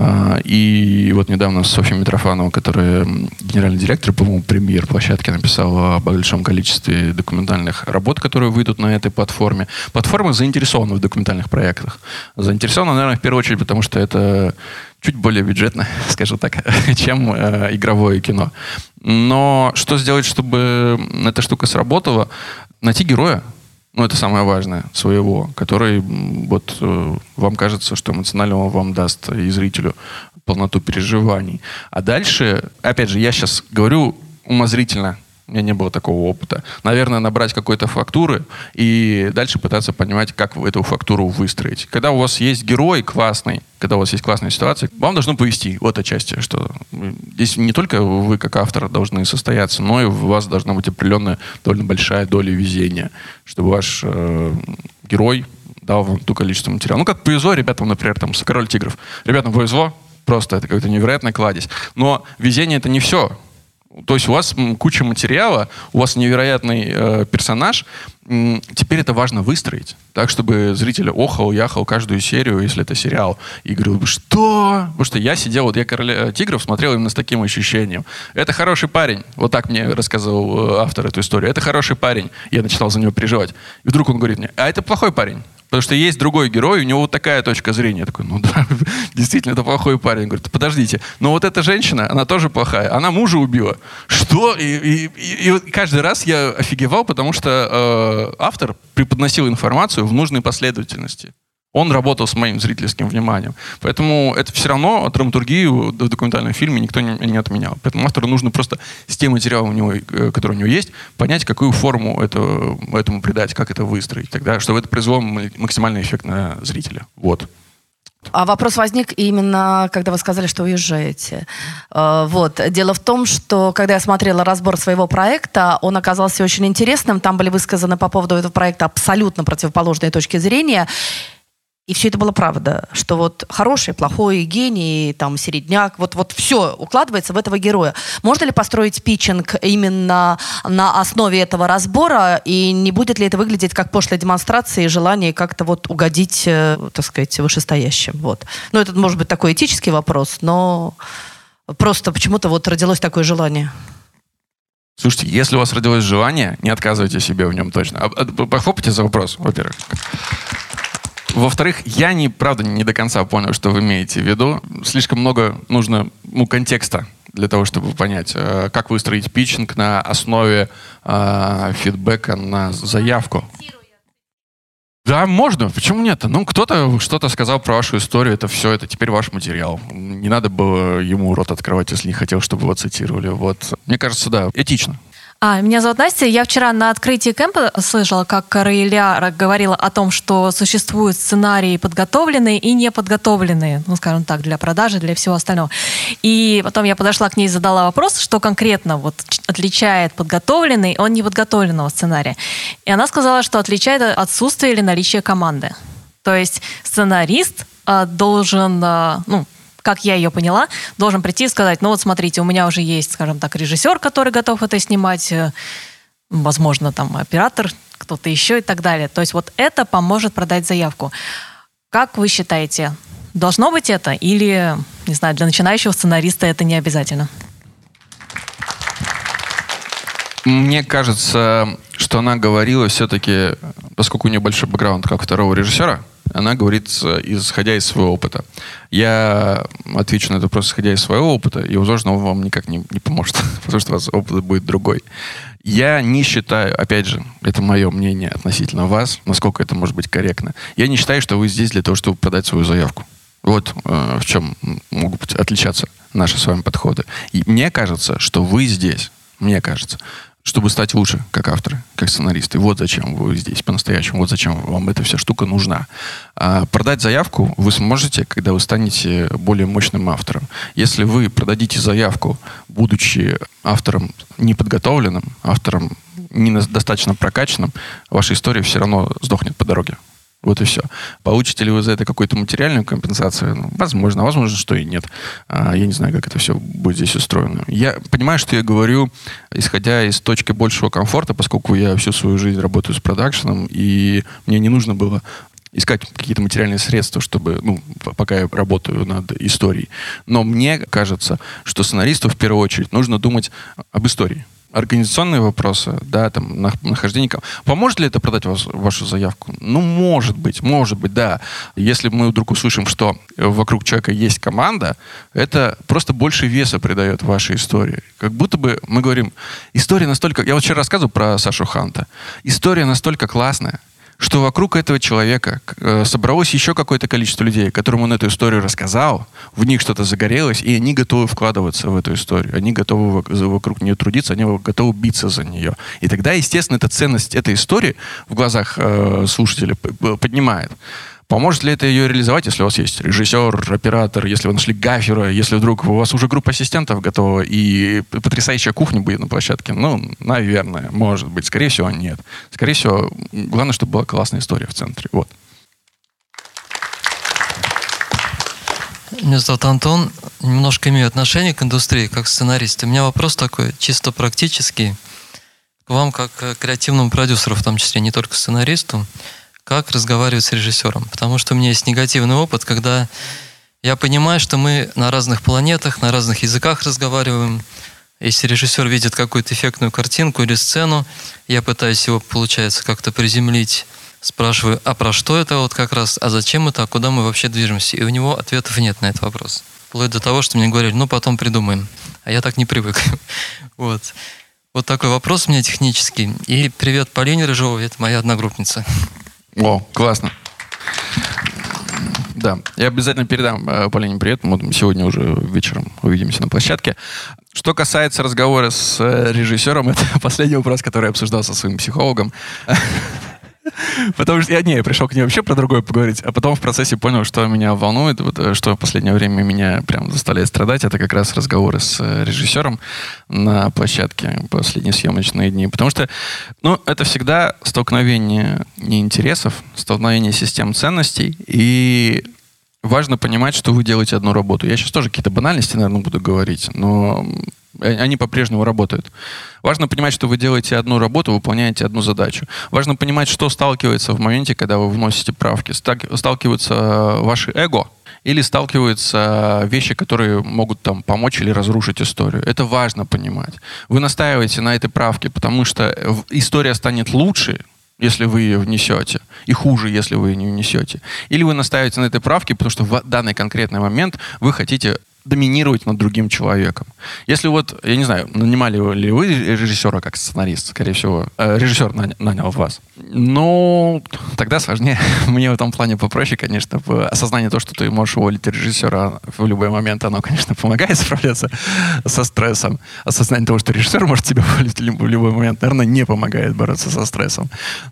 Speaker 2: И вот недавно Софья Митрофанова, которая генеральный директор, по-моему, премьер-площадки, написала о большом количестве документальных работ, которые выйдут на этой платформе. Платформа заинтересована в документальных проектах. Заинтересована, наверное, в первую очередь, потому что это чуть более бюджетно, скажу так, чем э, игровое кино. Но что сделать, чтобы эта штука сработала? Найти героя. Ну, это самое важное, своего, который вот э, вам кажется, что эмоционально он вам даст и зрителю полноту переживаний. А дальше, опять же, я сейчас говорю умозрительно, у меня не было такого опыта. Наверное, набрать какой-то фактуры и дальше пытаться понимать, как эту фактуру выстроить. Когда у вас есть герой классный, когда у вас есть классная ситуация, вам должно повести в этой части, что здесь не только вы как автор должны состояться, но и у вас должна быть определенная довольно большая доля везения, чтобы ваш э, герой дал вам то количество материала. Ну, как повезло ребятам, например, там, с «Король тигров». Ребятам повезло, просто это какая-то невероятная кладезь. Но везение — это не все. То есть у вас куча материала, у вас невероятный э, персонаж. Теперь это важно выстроить, так, чтобы зритель охал, яхал каждую серию, если это сериал, и говорил бы, что? Потому что я сидел, вот я «Короля тигров» смотрел именно с таким ощущением. Это хороший парень. Вот так мне рассказывал автор эту историю. Это хороший парень. Я начинал за него переживать. И вдруг он говорит мне, а это плохой парень. Потому что есть другой герой, у него вот такая точка зрения. Я такой, ну да, действительно, это плохой парень. Говорит, подождите, но вот эта женщина, она тоже плохая. Она мужа убила. Что? И, и, и, и каждый раз я офигевал, потому что э, автор преподносил информацию в нужной последовательности. Он работал с моим зрительским вниманием. Поэтому это все равно драматургию в документальном фильме никто не, не отменял. Поэтому автору нужно просто с тем материалом, у него, который у него есть, понять, какую форму это, этому придать, как это выстроить, тогда, чтобы это произвело максимальный эффект на зрителя. Вот.
Speaker 7: А вопрос возник именно, когда вы сказали, что уезжаете. Вот. Дело в том, что когда я смотрела разбор своего проекта, он оказался очень интересным. Там были высказаны по поводу этого проекта абсолютно противоположные точки зрения. И все это было правда, что вот хороший, плохой, гений, там, середняк, вот, вот все укладывается в этого героя. Можно ли построить питчинг именно на основе этого разбора, и не будет ли это выглядеть как пошлая демонстрация и желание как-то вот угодить, так сказать, вышестоящим? Вот. Ну, это может быть такой этический вопрос, но просто почему-то вот родилось такое желание.
Speaker 2: Слушайте, если у вас родилось желание, не отказывайте себе в нем точно. Похлопайте за вопрос, во-первых. Во-вторых, я, не, правда, не до конца понял, что вы имеете в виду. Слишком много нужно ну, контекста для того, чтобы понять, э, как выстроить питчинг на основе э, фидбэка на заявку. Да, можно. Почему нет? Ну, кто-то что-то сказал про вашу историю, это все, это теперь ваш материал. Не надо было ему рот открывать, если не хотел, чтобы его цитировали. Вот. Мне кажется, да, этично.
Speaker 8: А, меня зовут Настя. Я вчера на открытии кемпа слышала, как Раиля говорила о том, что существуют сценарии подготовленные и неподготовленные, ну, скажем так, для продажи, для всего остального. И потом я подошла к ней и задала вопрос, что конкретно вот отличает подготовленный от неподготовленного сценария. И она сказала, что отличает отсутствие или наличие команды. То есть сценарист а, должен, а, ну, как я ее поняла, должен прийти и сказать, ну вот смотрите, у меня уже есть, скажем так, режиссер, который готов это снимать, возможно, там оператор, кто-то еще и так далее. То есть вот это поможет продать заявку. Как вы считаете, должно быть это или, не знаю, для начинающего сценариста это не обязательно?
Speaker 2: Мне кажется, что она говорила все-таки, поскольку у нее большой бэкграунд как второго режиссера, она говорит, исходя из своего опыта. Я отвечу на этот вопрос, исходя из своего опыта, и, возможно, он вам никак не, не поможет, потому что у вас опыт будет другой. Я не считаю, опять же, это мое мнение относительно вас, насколько это может быть корректно, я не считаю, что вы здесь для того, чтобы продать свою заявку. Вот э, в чем могут отличаться наши с вами подходы. И мне кажется, что вы здесь, мне кажется, чтобы стать лучше, как авторы, как сценаристы. Вот зачем вы здесь по-настоящему, вот зачем вам эта вся штука нужна. А продать заявку вы сможете, когда вы станете более мощным автором. Если вы продадите заявку, будучи автором неподготовленным, автором недостаточно прокачанным, ваша история все равно сдохнет по дороге. Вот и все. Получите ли вы за это какую-то материальную компенсацию? Ну, возможно, а возможно, что и нет. А, я не знаю, как это все будет здесь устроено. Я понимаю, что я говорю, исходя из точки большего комфорта, поскольку я всю свою жизнь работаю с продакшеном, и мне не нужно было искать какие-то материальные средства, чтобы, ну, пока я работаю над историей. Но мне кажется, что сценаристу в первую очередь нужно думать об истории. Организационные вопросы, да, там, нахождение... Поможет ли это продать вас, вашу заявку? Ну, может быть, может быть, да. Если мы вдруг услышим, что вокруг человека есть команда, это просто больше веса придает вашей истории. Как будто бы мы говорим, история настолько... Я вот вчера рассказывал про Сашу Ханта. История настолько классная, что вокруг этого человека э, собралось еще какое-то количество людей, которым он эту историю рассказал, в них что-то загорелось, и они готовы вкладываться в эту историю, они готовы вокруг нее трудиться, они готовы биться за нее. И тогда, естественно, эта ценность этой истории в глазах э, слушателя поднимает. Поможет ли это ее реализовать, если у вас есть режиссер, оператор, если вы нашли гафера, если вдруг у вас уже группа ассистентов готова и потрясающая кухня будет на площадке? Ну, наверное, может быть. Скорее всего, нет. Скорее всего, главное, чтобы была классная история в центре. Вот.
Speaker 9: Меня зовут Антон. Немножко имею отношение к индустрии, как сценарист. У меня вопрос такой, чисто практический, к вам, как к креативному продюсеру, в том числе, не только сценаристу. Как разговаривать с режиссером. Потому что у меня есть негативный опыт, когда я понимаю, что мы на разных планетах, на разных языках разговариваем. Если режиссер видит какую-то эффектную картинку или сцену, я пытаюсь его, получается, как-то приземлить, спрашиваю, а про что это вот как раз, а зачем это, а куда мы вообще движемся? И у него ответов нет на этот вопрос. Вплоть до того, что мне говорили, ну потом придумаем. А я так не привык. Вот. Вот такой вопрос у меня технический. И привет Полине Рыжовой, это моя одногруппница.
Speaker 2: О, классно. Да, я обязательно передам э, Полине привет. Мы сегодня уже вечером увидимся на площадке. Что касается разговора с э, режиссером, это последний вопрос, который я обсуждал со своим психологом. Потому что я не, я пришел к ней вообще про другое поговорить, а потом в процессе понял, что меня волнует, вот, что в последнее время меня прям заставляет страдать, это как раз разговоры с режиссером на площадке последние съемочные дни. Потому что, ну, это всегда столкновение не интересов, столкновение систем ценностей, и важно понимать, что вы делаете одну работу. Я сейчас тоже какие-то банальности, наверное, буду говорить, но они по-прежнему работают. Важно понимать, что вы делаете одну работу, выполняете одну задачу. Важно понимать, что сталкивается в моменте, когда вы вносите правки. Сталкиваются ваши эго или сталкиваются вещи, которые могут там помочь или разрушить историю. Это важно понимать. Вы настаиваете на этой правке, потому что история станет лучше, если вы ее внесете, и хуже, если вы ее не внесете. Или вы настаиваете на этой правке, потому что в данный конкретный момент вы хотите доминировать над другим человеком. Если вот, я не знаю, нанимали ли вы режиссера как сценарист, скорее всего, э, режиссер наня, нанял вас, но тогда сложнее. Мне в этом плане попроще, конечно, осознание того, что ты можешь уволить режиссера в любой момент, оно, конечно, помогает справляться со стрессом. Осознание того, что режиссер может тебя уволить в любой момент, наверное, не помогает бороться со стрессом.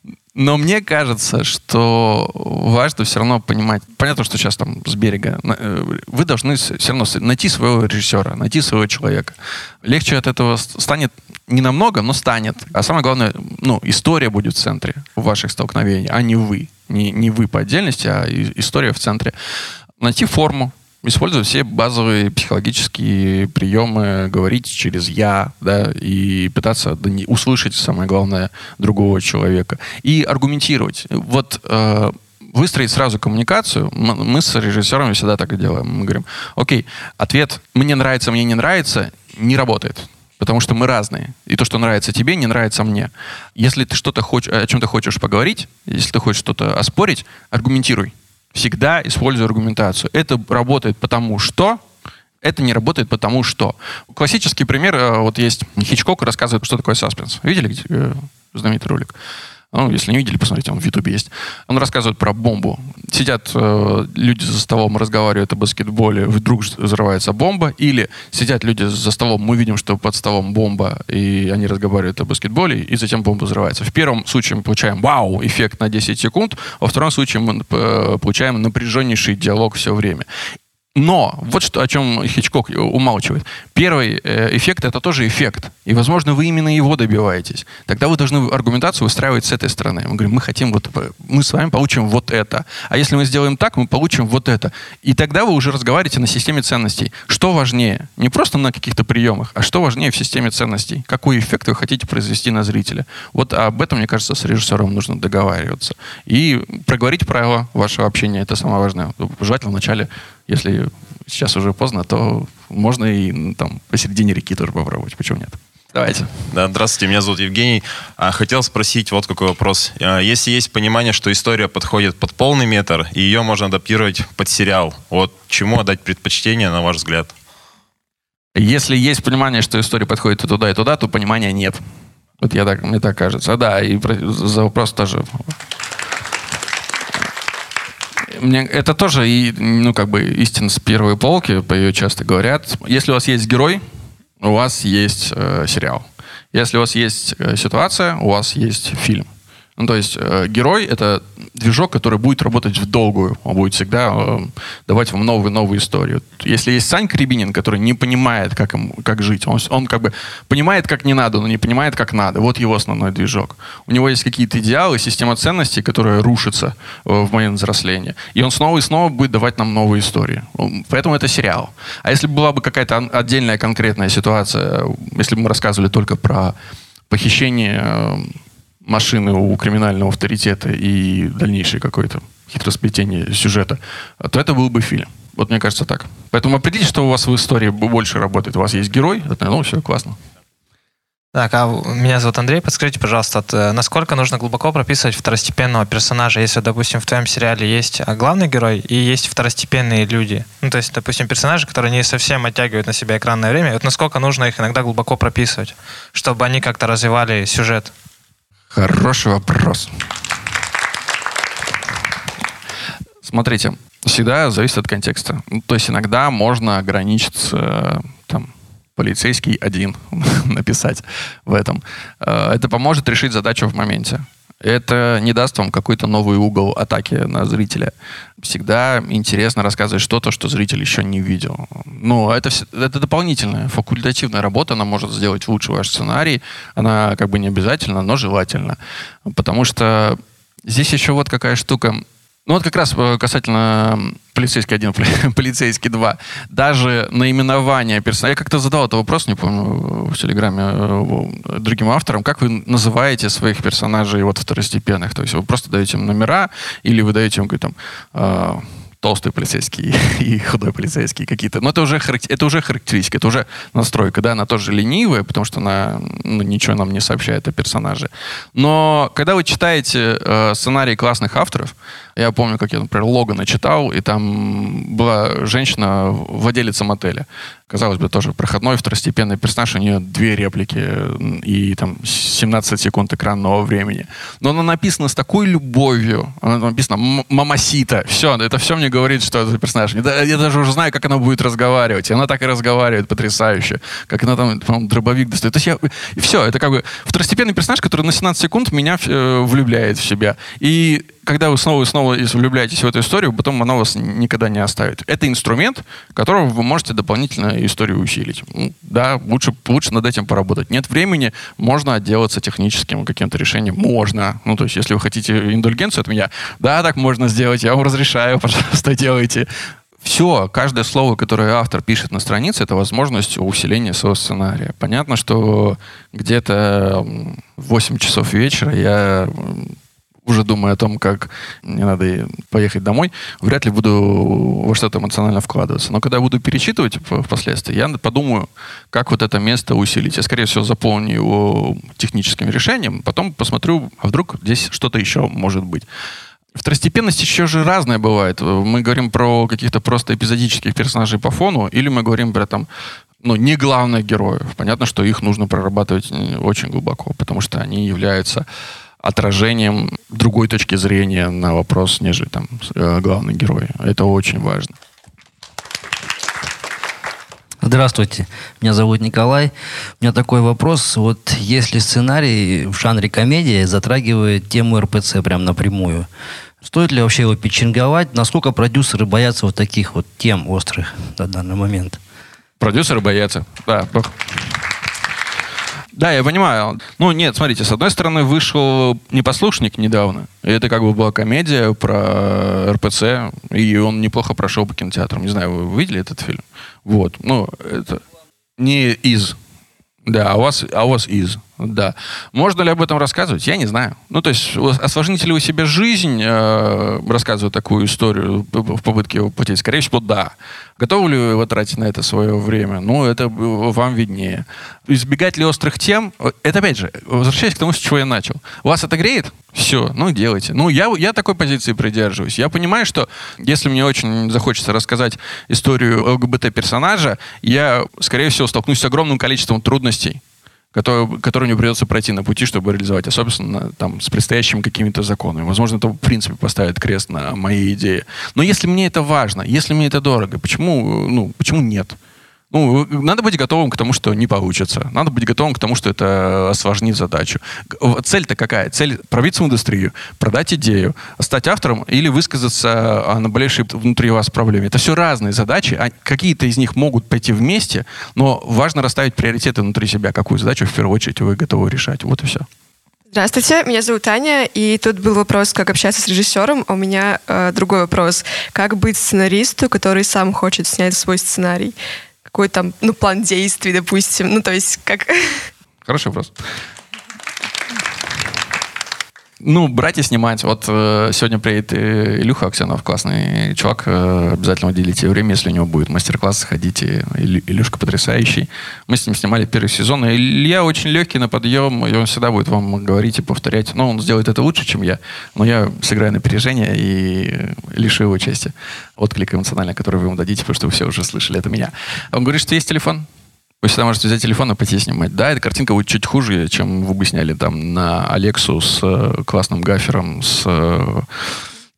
Speaker 2: Но мне кажется, что важно все равно понимать, понятно, что сейчас там с берега, вы должны все равно найти своего режиссера, найти своего человека. Легче от этого станет не намного, но станет. А самое главное, ну, история будет в центре ваших столкновений, а не вы. Не, не вы по отдельности, а история в центре. Найти форму, использовать все базовые психологические приемы, говорить через «я», да, и пытаться услышать, самое главное, другого человека. И аргументировать. Вот э, выстроить сразу коммуникацию. Мы с режиссерами всегда так и делаем. Мы говорим: окей, ответ «мне нравится, мне не нравится» не работает. Потому что мы разные. И то, что нравится тебе, не нравится мне. Если ты что-то хочешь, о чем ты хочешь поговорить, если ты хочешь что-то оспорить, аргументируй. Всегда используй аргументацию. Это работает потому что, это не работает потому что. Классический пример, вот есть Хичкок рассказывает, что такое саспенс. Видели э, знаменитый ролик? Ну, если не видели, посмотрите, он в Ютубе есть. Он рассказывает про бомбу. Сидят э, люди за столом, разговаривают о баскетболе, вдруг взрывается бомба. Или сидят люди за столом, мы видим, что под столом бомба, и они разговаривают о баскетболе, и затем бомба взрывается. В первом случае мы получаем вау, эффект на десять секунд, во втором случае мы э, получаем напряженнейший диалог все время. Но вот что, о чем Хичкок умалчивает. Первый э, эффект — это тоже эффект. И, возможно, вы именно его добиваетесь. Тогда вы должны аргументацию выстраивать с этой стороны. Мы говорим, мы хотим вот, мы с вами получим вот это. А если мы сделаем так, мы получим вот это. И тогда вы уже разговариваете на системе ценностей. Что важнее? Не просто на каких-то приемах, а что важнее в системе ценностей? Какой эффект вы хотите произвести на зрителя? Вот об этом, мне кажется, с режиссером нужно договариваться. И проговорить правила вашего общения — это самое важное. Желательно вначале. Если сейчас уже поздно, то можно и ну, там посередине реки тоже попробовать. Почему нет? Давайте.
Speaker 10: Да, здравствуйте, меня зовут Евгений. А, хотел спросить вот какой вопрос. А, если есть понимание, что история подходит под полный метр, и ее можно адаптировать под сериал, вот чему отдать предпочтение, на ваш взгляд?
Speaker 2: Если есть понимание, что история подходит и туда, и туда, то понимания нет. Вот я так, мне так кажется. Да, и за вопрос тоже... Мне, это тоже и, ну, как бы истина с первой полки, по ее часто говорят. Если у вас есть герой, у вас есть э, сериал. Если у вас есть э, ситуация, у вас есть фильм. Ну, то есть э, герой — это движок, который будет работать в долгую. Он будет всегда э, давать вам новые-новые истории. Если есть Санька Рябинин, который не понимает, как, им, как жить, он, он как бы понимает, как не надо, но не понимает, как надо. Вот его основной движок. У него есть какие-то идеалы, система ценностей, которая рушится э, в момент взросления. И он снова и снова будет давать нам новые истории. Поэтому это сериал. А если была бы какая-то отдельная конкретная ситуация, если бы мы рассказывали только про похищение... Э, машины у криминального авторитета и дальнейшее какое-то хитросплетение сюжета, то это был бы фильм. Вот мне кажется так. Поэтому определите, что у вас в истории больше работает. У вас есть герой, это, ну, все, классно.
Speaker 11: Так, а меня зовут Андрей. Подскажите, пожалуйста, насколько нужно глубоко прописывать второстепенного персонажа, если, допустим, в твоем сериале есть главный герой и есть второстепенные люди? Ну, то есть, допустим, персонажи, которые не совсем оттягивают на себя экранное время. Вот насколько нужно их иногда глубоко прописывать, чтобы они как-то развивали сюжет?
Speaker 2: Хороший вопрос. Смотрите, Всегда зависит от контекста. Ну, то есть иногда можно ограничиться там, полицейский один написать в этом. Это поможет решить задачу в моменте. Это не даст вам какой-то новый угол атаки на зрителя. Всегда интересно рассказывать что-то, что зритель еще не видел. Ну, это, это дополнительная, факультативная работа. Она может сделать лучше ваш сценарий. Она как бы не обязательно, но желательно. Потому что здесь еще вот какая штука. Ну вот как раз касательно полицейский один, полицейский два. Даже наименование персонажа. Я как-то задал этот вопрос, не помню, в Телеграме другим авторам. Как вы называете своих персонажей вот второстепенных? То есть вы просто даете им номера или вы даете им какой-то там... толстый полицейский и худой полицейский какие-то. Но это уже, это уже характеристика, это уже настройка, да, она тоже ленивая, потому что она ну, ничего нам не сообщает о персонаже. Но когда вы читаете э, сценарии классных авторов, я помню, как я, например, Логана читал, и там была женщина, владелица мотеля. Казалось бы, тоже проходной, второстепенный персонаж, у нее две реплики и там семнадцать секунд экранного времени. Но она написана с такой любовью, она написана «мамасита». Все, это все мне говорит, что это персонаж. Я даже уже знаю, как она будет разговаривать. И она так и разговаривает потрясающе. Как она там, по-моему, дробовик достает. То есть я... И все, это как бы второстепенный персонаж, который на семнадцать секунд меня э, влюбляет в себя. И когда вы снова и снова влюбляетесь в эту историю, потом она вас никогда не оставит. Это инструмент, которым вы можете дополнительно историю усилить. Ну, да, лучше, лучше над этим поработать. Нет времени, можно отделаться техническим каким-то решением. Можно. Ну, то есть, если вы хотите индульгенцию от меня, да, так можно сделать, я вам разрешаю, пожалуйста, делайте. Все, каждое слово, которое автор пишет на странице, это возможность усиления своего сценария. Понятно, что где-то в восемь часов вечера я... уже думаю о том, как мне надо поехать домой, вряд ли буду во что-то эмоционально вкладываться. Но когда я буду перечитывать впоследствии, я подумаю, как вот это место усилить. Я, скорее всего, заполню его техническим решением, потом посмотрю, а вдруг здесь что-то еще может быть. Второстепенность еще же разная бывает. Мы говорим про каких-то просто эпизодических персонажей по фону, или мы говорим про там, ну, не главных героев. Понятно, что их нужно прорабатывать очень глубоко, потому что они являются отражением другой точки зрения на вопрос, нежели там главный герой. Это очень важно.
Speaker 12: Здравствуйте, меня зовут Николай. У меня такой вопрос. Вот если сценарий в жанре комедия затрагивает тему эр пэ цэ прям напрямую, стоит ли вообще его питчинговать? Насколько продюсеры боятся вот таких вот тем острых на данный момент?
Speaker 2: Продюсеры боятся, да. Да, я понимаю. Ну, нет, смотрите, с одной стороны, вышел «Непослушник» недавно. И это как бы была комедия про эр пэ цэ, и он неплохо прошел по кинотеатрам. Не знаю, вы видели этот фильм? Вот. Ну, это не «Из». Да, а у вас, а у вас «Из». Да. Можно ли об этом рассказывать? Я не знаю. Ну, то есть, осложните ли вы себе жизнь, э, рассказывая такую историю в попытке его платить? Скорее всего, да. Готовы ли вы тратить на это свое время? Ну, это вам виднее. Избегать ли острых тем? Это, опять же, возвращаясь к тому, с чего я начал. Вас это греет? Все, ну, делайте. Ну, я, я такой позиции придерживаюсь. Я понимаю, что если мне очень захочется рассказать историю эл гэ бэ тэ-персонажа, я, скорее всего, столкнусь с огромным количеством трудностей, Которые, которые мне придется пройти на пути, чтобы реализовать, особенно там, с предстоящими какими-то законами. Возможно, это в принципе поставит крест на моей идее. Но если мне это важно, если мне это дорого, почему, ну, почему нет? Ну, надо быть готовым к тому, что не получится. Надо быть готовым к тому, что это осложнит задачу. Цель-то какая? Цель — пробиться в индустрию, продать идею, стать автором или высказаться о наболевшей внутри вас проблеме. Это все разные задачи. А какие-то из них могут пойти вместе, но важно расставить приоритеты внутри себя. Какую задачу в первую очередь вы готовы решать. Вот и все.
Speaker 13: Здравствуйте, меня зовут Аня, и тут был вопрос, как общаться с режиссером, а у меня э, другой вопрос. Как быть сценаристу, который сам хочет снять свой сценарий? Какой там, ну, план действий, допустим. Ну, то есть, как...
Speaker 2: Хороший вопрос. Ну, брать и снимать. Вот э, сегодня приедет Илюха Аксенов, классный чувак. Э, обязательно уделите время, если у него будет мастер-класс, сходите. Илю, Илюшка потрясающий. Мы с ним снимали первый сезон. И Илья очень легкий на подъем, и он всегда будет вам говорить и повторять. Но он сделает это лучше, чем я. Но я сыграю на опережение и лишу его чести. Отклик эмоциональный, который вы ему дадите, потому что вы все уже слышали, это меня. Он говорит, что есть телефон. Вы всегда можете взять телефон и пойти снимать. Да, эта картинка будет чуть хуже, чем вы бы сняли там на Алексу с э, классным гафером, с э,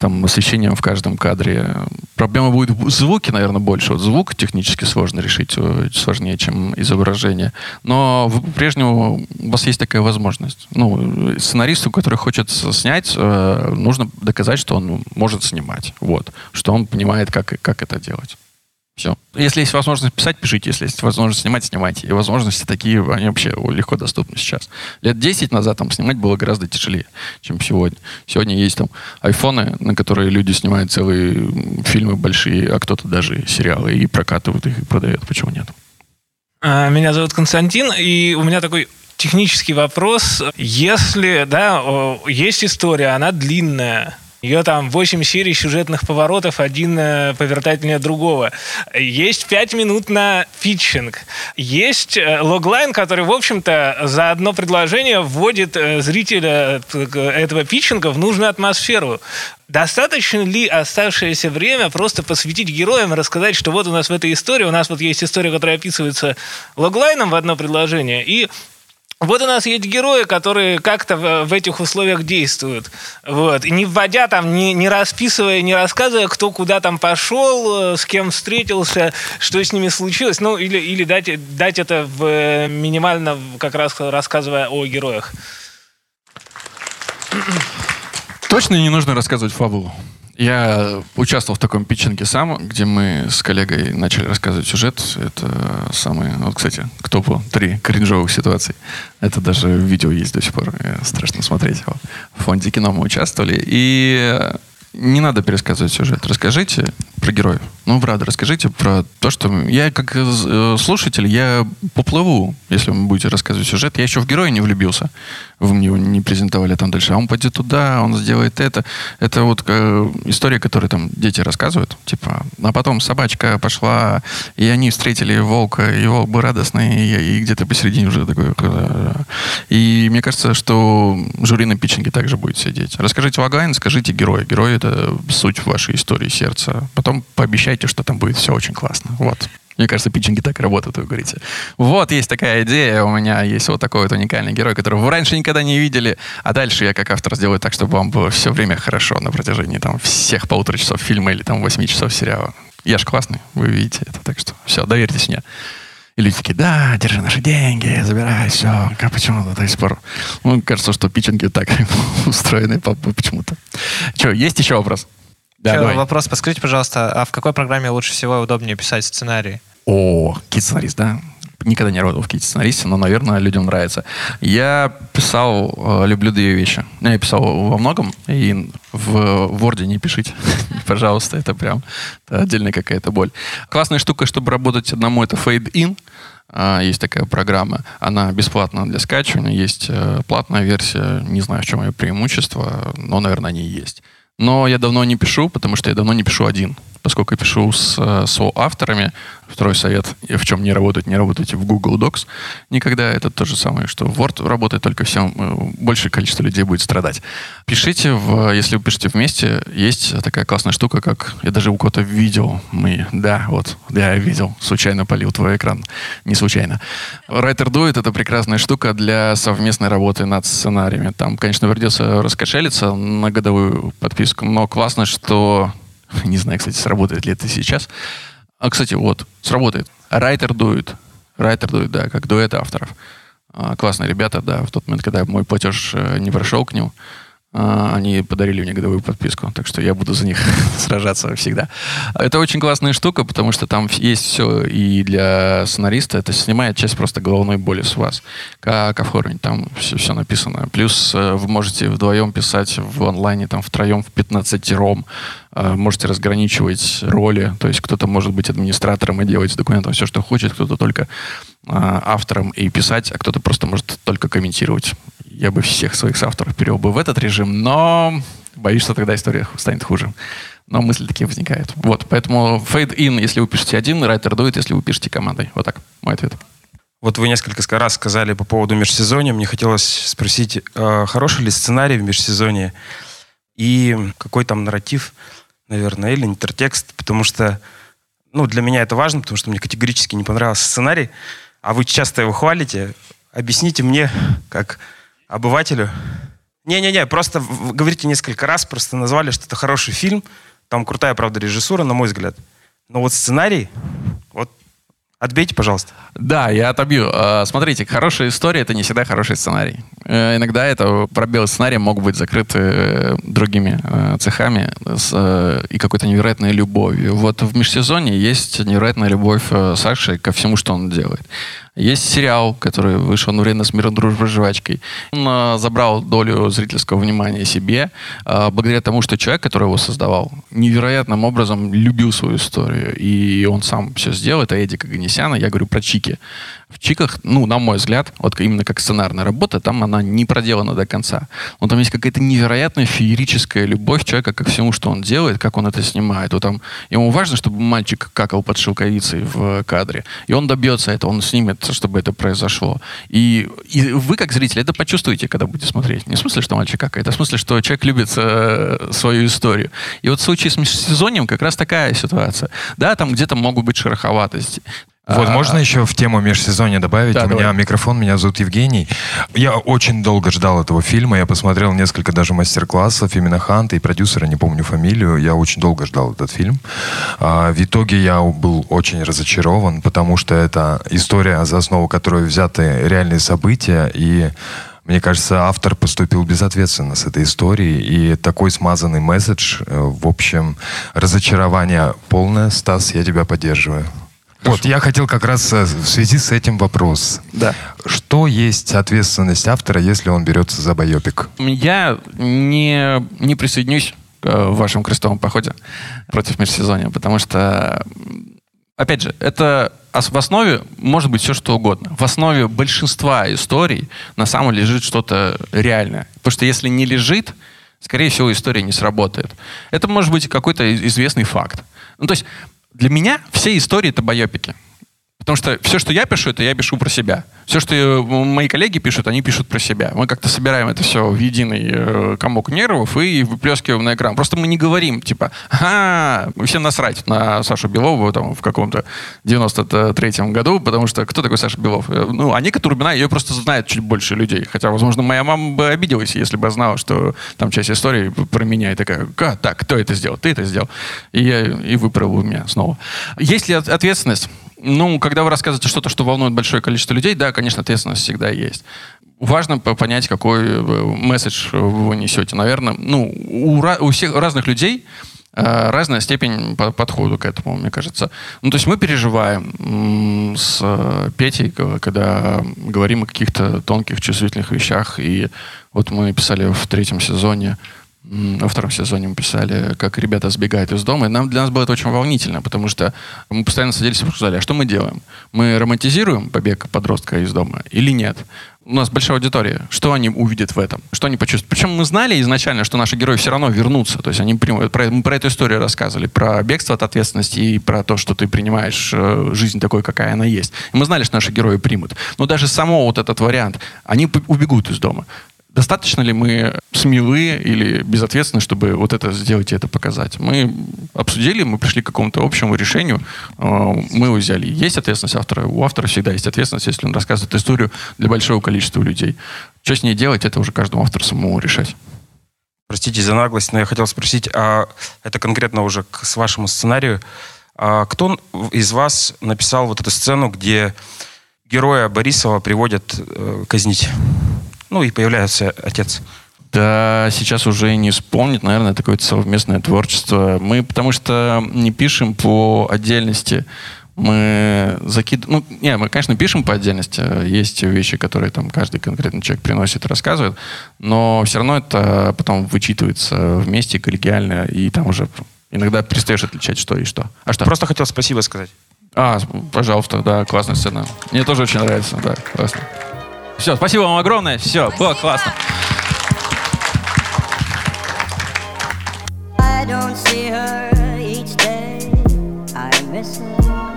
Speaker 2: там, освещением в каждом кадре. Проблема будет в звуке, наверное, больше. Вот звук технически сложно решить, сложнее, чем изображение. Но вы по-прежнему у вас есть такая возможность. Ну, сценаристу, который хочет снять, нужно доказать, что он может снимать. Вот. Что он понимает, как, как это делать. Все. Если есть возможность писать, пишите. Если есть возможность снимать, снимайте. И возможности такие, они вообще легко доступны сейчас. Лет десять назад там снимать было гораздо тяжелее, чем сегодня. Сегодня есть там айфоны, на которые люди снимают целые фильмы большие, а кто-то даже сериалы, и прокатывают их, и продают. Почему нет?
Speaker 11: Меня зовут Константин, и у меня такой технический вопрос. Если, да, есть история, она длинная, ее там восемь серий сюжетных поворотов, один э, повертательнее другого. Есть пять минут на питчинг. Есть э, логлайн, который, в общем-то, за одно предложение вводит э, зрителя э, этого питчинга в нужную атмосферу. Достаточно ли оставшееся время просто посвятить героям и рассказать, что вот у нас в этой истории, у нас вот есть история, которая описывается логлайном в одно предложение, и вот у нас есть герои, которые как-то в, в этих условиях действуют. Вот. И не вводя там, не, не расписывая, не рассказывая, кто куда там пошел, с кем встретился, что с ними случилось. Ну, или, или дать, дать это в, минимально, как раз рассказывая о героях.
Speaker 2: Точно не нужно рассказывать фабулу. Я участвовал в таком питчинге сам, где мы с коллегой начали рассказывать сюжет. Это самые, вот, кстати, к топу три кринжовых ситуаций. Это даже видео есть до сих пор. Страшно смотреть его. В фонде кино мы участвовали. И не надо пересказывать сюжет. Расскажите про героев. Ну, правда, расскажите про то, что... Я, как слушатель, я поплыву, если вы будете рассказывать сюжет. Я еще в героя не влюбился. Вы мне его не презентовали там дальше. А он пойдет туда, он сделает это. Это вот э, история, которую там дети рассказывают. Типа, а потом собачка пошла, и они встретили волка, и волк был радостный, и, и где-то посередине уже такой... И мне кажется, что жюри на питчинге также будет сидеть. Расскажите логлайн, скажите героя. Герой — это суть вашей истории, сердца. Потом пообещайте, что там будет все очень классно. Вот. Мне кажется, питчинги так и работают, вы говорите. Вот, есть такая идея, у меня есть вот такой вот уникальный герой, которого вы раньше никогда не видели, а дальше я как автор сделаю так, чтобы вам было все время хорошо на протяжении там всех полутора часов фильма или там восьми часов сериала. Я ж классный, вы видите это, так что все, доверьтесь мне. И люди такие, да, держи наши деньги, забирай, все. Как, почему до сих пор? Ну, кажется, что питчинги так устроены почему-то. Че, есть еще вопрос? Да,
Speaker 11: Еще
Speaker 2: давай.
Speaker 11: Вопрос, подскажите, пожалуйста, а в какой программе лучше всего и удобнее писать сценарий?
Speaker 2: О, кит-сценарист, да? Никогда не работал в кит-сценаристе, но, наверное, людям нравится. Я писал, э, люблю две вещи. Я писал во многом, и в Word не пишите, пожалуйста, это прям это отдельная какая-то боль. Классная штука, чтобы работать одному, это Fade In. Есть такая программа, она бесплатна для скачивания, есть платная версия, не знаю, в чем ее преимущество, но, наверное, они есть. Но я давно не пишу, потому что я давно не пишу один. Поскольку я пишу с соавторами, второй совет, в чем не работать, не работайте в Google Docs. Никогда это то же самое, что Word работает, только всем большее количество людей будет страдать. Пишите, в, если вы пишете вместе, есть такая классная штука, как я даже у кого-то видел, мы, да, вот, я видел, случайно полил твой экран, не случайно. WriterDuet — это прекрасная штука для совместной работы над сценариями. Там, конечно, придется раскошелиться на годовую подписку, но классно, что... Не знаю, кстати, сработает ли это сейчас. А, кстати, вот, сработает. WriterDuet. WriterDuet, да, как дуэт авторов. А, классные ребята, да, в тот момент, когда мой платеж не прошел к ним, а, они подарили мне годовую подписку, так что я буду за них сражаться всегда. Это очень классная штука, потому что там есть все и для сценариста. Это снимает часть просто головной боли с вас. Как оформить, там все, все написано. Плюс вы можете вдвоем писать в онлайне, там втроем в пятнадцатером. Можете разграничивать роли, то есть кто-то может быть администратором и делать с документом все, что хочет, кто-то только автором и писать, а кто-то просто может только комментировать. Я бы всех своих авторов перевел бы в этот режим, но боюсь, что тогда история станет хуже. Но мысли такие возникают. Вот, поэтому Fade In, если вы пишете один, WriterDuet, если вы пишете командой. Вот так, мой ответ.
Speaker 14: Вот вы несколько раз сказали по поводу межсезонья. Мне хотелось спросить, хороший ли сценарий в межсезонье и какой там нарратив, наверное, или интертекст, потому что, ну, для меня это важно, потому что мне категорически не понравился сценарий, а вы часто его хвалите. Объясните мне, как обывателю, Не-не-не, просто вы говорите несколько раз, просто назвали, что это хороший фильм. Там крутая, правда, режиссура, на мой взгляд. Но вот сценарий, вот отбейте, пожалуйста.
Speaker 2: Да, я отобью. Смотрите, хорошая история — это не всегда хороший сценарий. Иногда это пробелы сценария могут быть закрыты другими цехами с, и какой-то невероятной любовью. Вот в межсезонье есть невероятная любовь Саши ко всему, что он делает. Есть сериал, который вышел одновременно с «Миром, дружбой, жвачкой». Он забрал долю зрительского внимания себе благодаря тому, что человек, который его создавал, невероятным образом любил свою историю. И он сам все сделал. Это Эдик Оганесян. Я говорю про «Чики». В «Чиках», ну, на мой взгляд, вот именно как сценарная работа, там она не проделана до конца. Но там есть какая-то невероятная феерическая любовь человека ко всему, что он делает, как он это снимает. Вот там, ему важно, чтобы мальчик какал под шелковицей в кадре. И он добьется этого, он снимет, чтобы это произошло. И, и вы, как зритель, это почувствуете, когда будете смотреть. Не в смысле, что мальчик какает, а в смысле, что человек любит э, свою историю. И вот в случае с межсезоньем как раз такая ситуация. Да, там где-то могут быть шероховатости.
Speaker 15: Вот,
Speaker 2: а,
Speaker 15: можно еще в тему межсезонья добавить?
Speaker 2: Да,
Speaker 15: У меня
Speaker 2: давай.
Speaker 15: микрофон, меня зовут Евгений. Я очень долго ждал этого фильма. Я посмотрел несколько даже мастер-классов именно Ханта и продюсера, не помню фамилию. Я очень долго ждал этот фильм. А, в итоге я был очень разочарован, потому что это история, за основу которой взяты реальные события. И мне кажется, автор поступил безответственно с этой историей. И такой смазанный месседж, в общем, разочарование полное. Стас, я тебя поддерживаю.
Speaker 2: Хорошо.
Speaker 15: Вот, я хотел как раз в связи с этим вопрос.
Speaker 2: Да.
Speaker 15: Что есть ответственность автора, если он берется за байопик?
Speaker 2: Я не, не присоединюсь в вашем крестовом походе против межсезонья, потому что, опять же, это в основе может быть все, что угодно. В основе большинства историй на самом деле лежит что-то реальное. Потому что если не лежит, скорее всего, история не сработает. Это может быть какой-то известный факт. Ну, то есть для меня все истории — это байопики. Потому что все, что я пишу, это я пишу про себя. Все, что мои коллеги пишут, они пишут про себя. Мы как-то собираем это все в единый комок нервов и выплескиваем на экран. Просто мы не говорим, типа, ага, всем насрать на Сашу Белову там, в каком-то девяносто третьем году, потому что кто такой Саша Белов? Ну, а Ника Турбина, ее просто знает чуть больше людей. Хотя, возможно, моя мама бы обиделась, если бы знала, что там часть истории про меня. И такая, как так, кто это сделал? Ты это сделал. И, я, и выправил меня снова. Есть ли ответственность? Ну, когда вы рассказываете что-то, что волнует большое количество людей, да, конечно, ответственность всегда есть. Важно понять, какой месседж вы несете. Наверное, ну, у, у всех разных людей э, разная степень по подхода к этому, мне кажется. Ну, то есть мы переживаем с Петей, когда говорим о каких-то тонких, чувствительных вещах. И вот мы писали в третьем сезоне, во втором сезоне мы писали, как ребята сбегают из дома. И нам, для нас было это очень волнительно, потому что мы постоянно садились и обсуждали, а что мы делаем? Мы романтизируем побег подростка из дома или нет? У нас большая аудитория. Что они увидят в этом? Что они почувствуют? Причем мы знали изначально, что наши герои все равно вернутся. То есть они примут, про, мы про эту историю рассказывали, про бегство от ответственности и про то, что ты принимаешь э, жизнь такой, какая она есть. И мы знали, что наши герои примут. Но даже само вот этот вариант, они убегут из дома. Достаточно ли мы смелы или безответственны, чтобы вот это сделать и это показать? Мы обсудили, мы пришли к какому-то общему решению, мы его взяли. Есть ответственность автора. У автора всегда есть ответственность, если он рассказывает историю для большого количества людей. Что с ней делать, это уже каждому автору самому решать.
Speaker 14: Простите за наглость, но я хотел спросить, а это конкретно уже к с вашему сценарию. А кто из вас написал вот эту сцену, где героя Борисова приводят э, казнить? Ну и появляется отец.
Speaker 2: Да, сейчас уже не вспомнить, наверное, это какое-то совместное творчество. Мы, потому что не пишем по отдельности, мы закидываем... Ну, не, мы, конечно, пишем по отдельности. Есть вещи, которые там каждый конкретный человек приносит и рассказывает, но все равно это потом вычитывается вместе, коллегиально, и там уже иногда перестаешь отличать, что и что. А что?
Speaker 14: Просто хотел спасибо сказать.
Speaker 2: А, пожалуйста, да, классная сцена. Мне тоже очень нравится, да, классно. Все, спасибо вам огромное. Все, было классно.
Speaker 16: I don't see her each day. I miss her.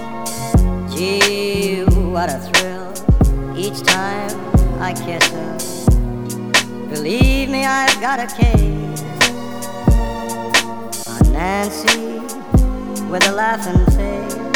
Speaker 16: Gee, what a thrill each time I kiss her. Believe me, I've got a case on Nancy with a laughing face.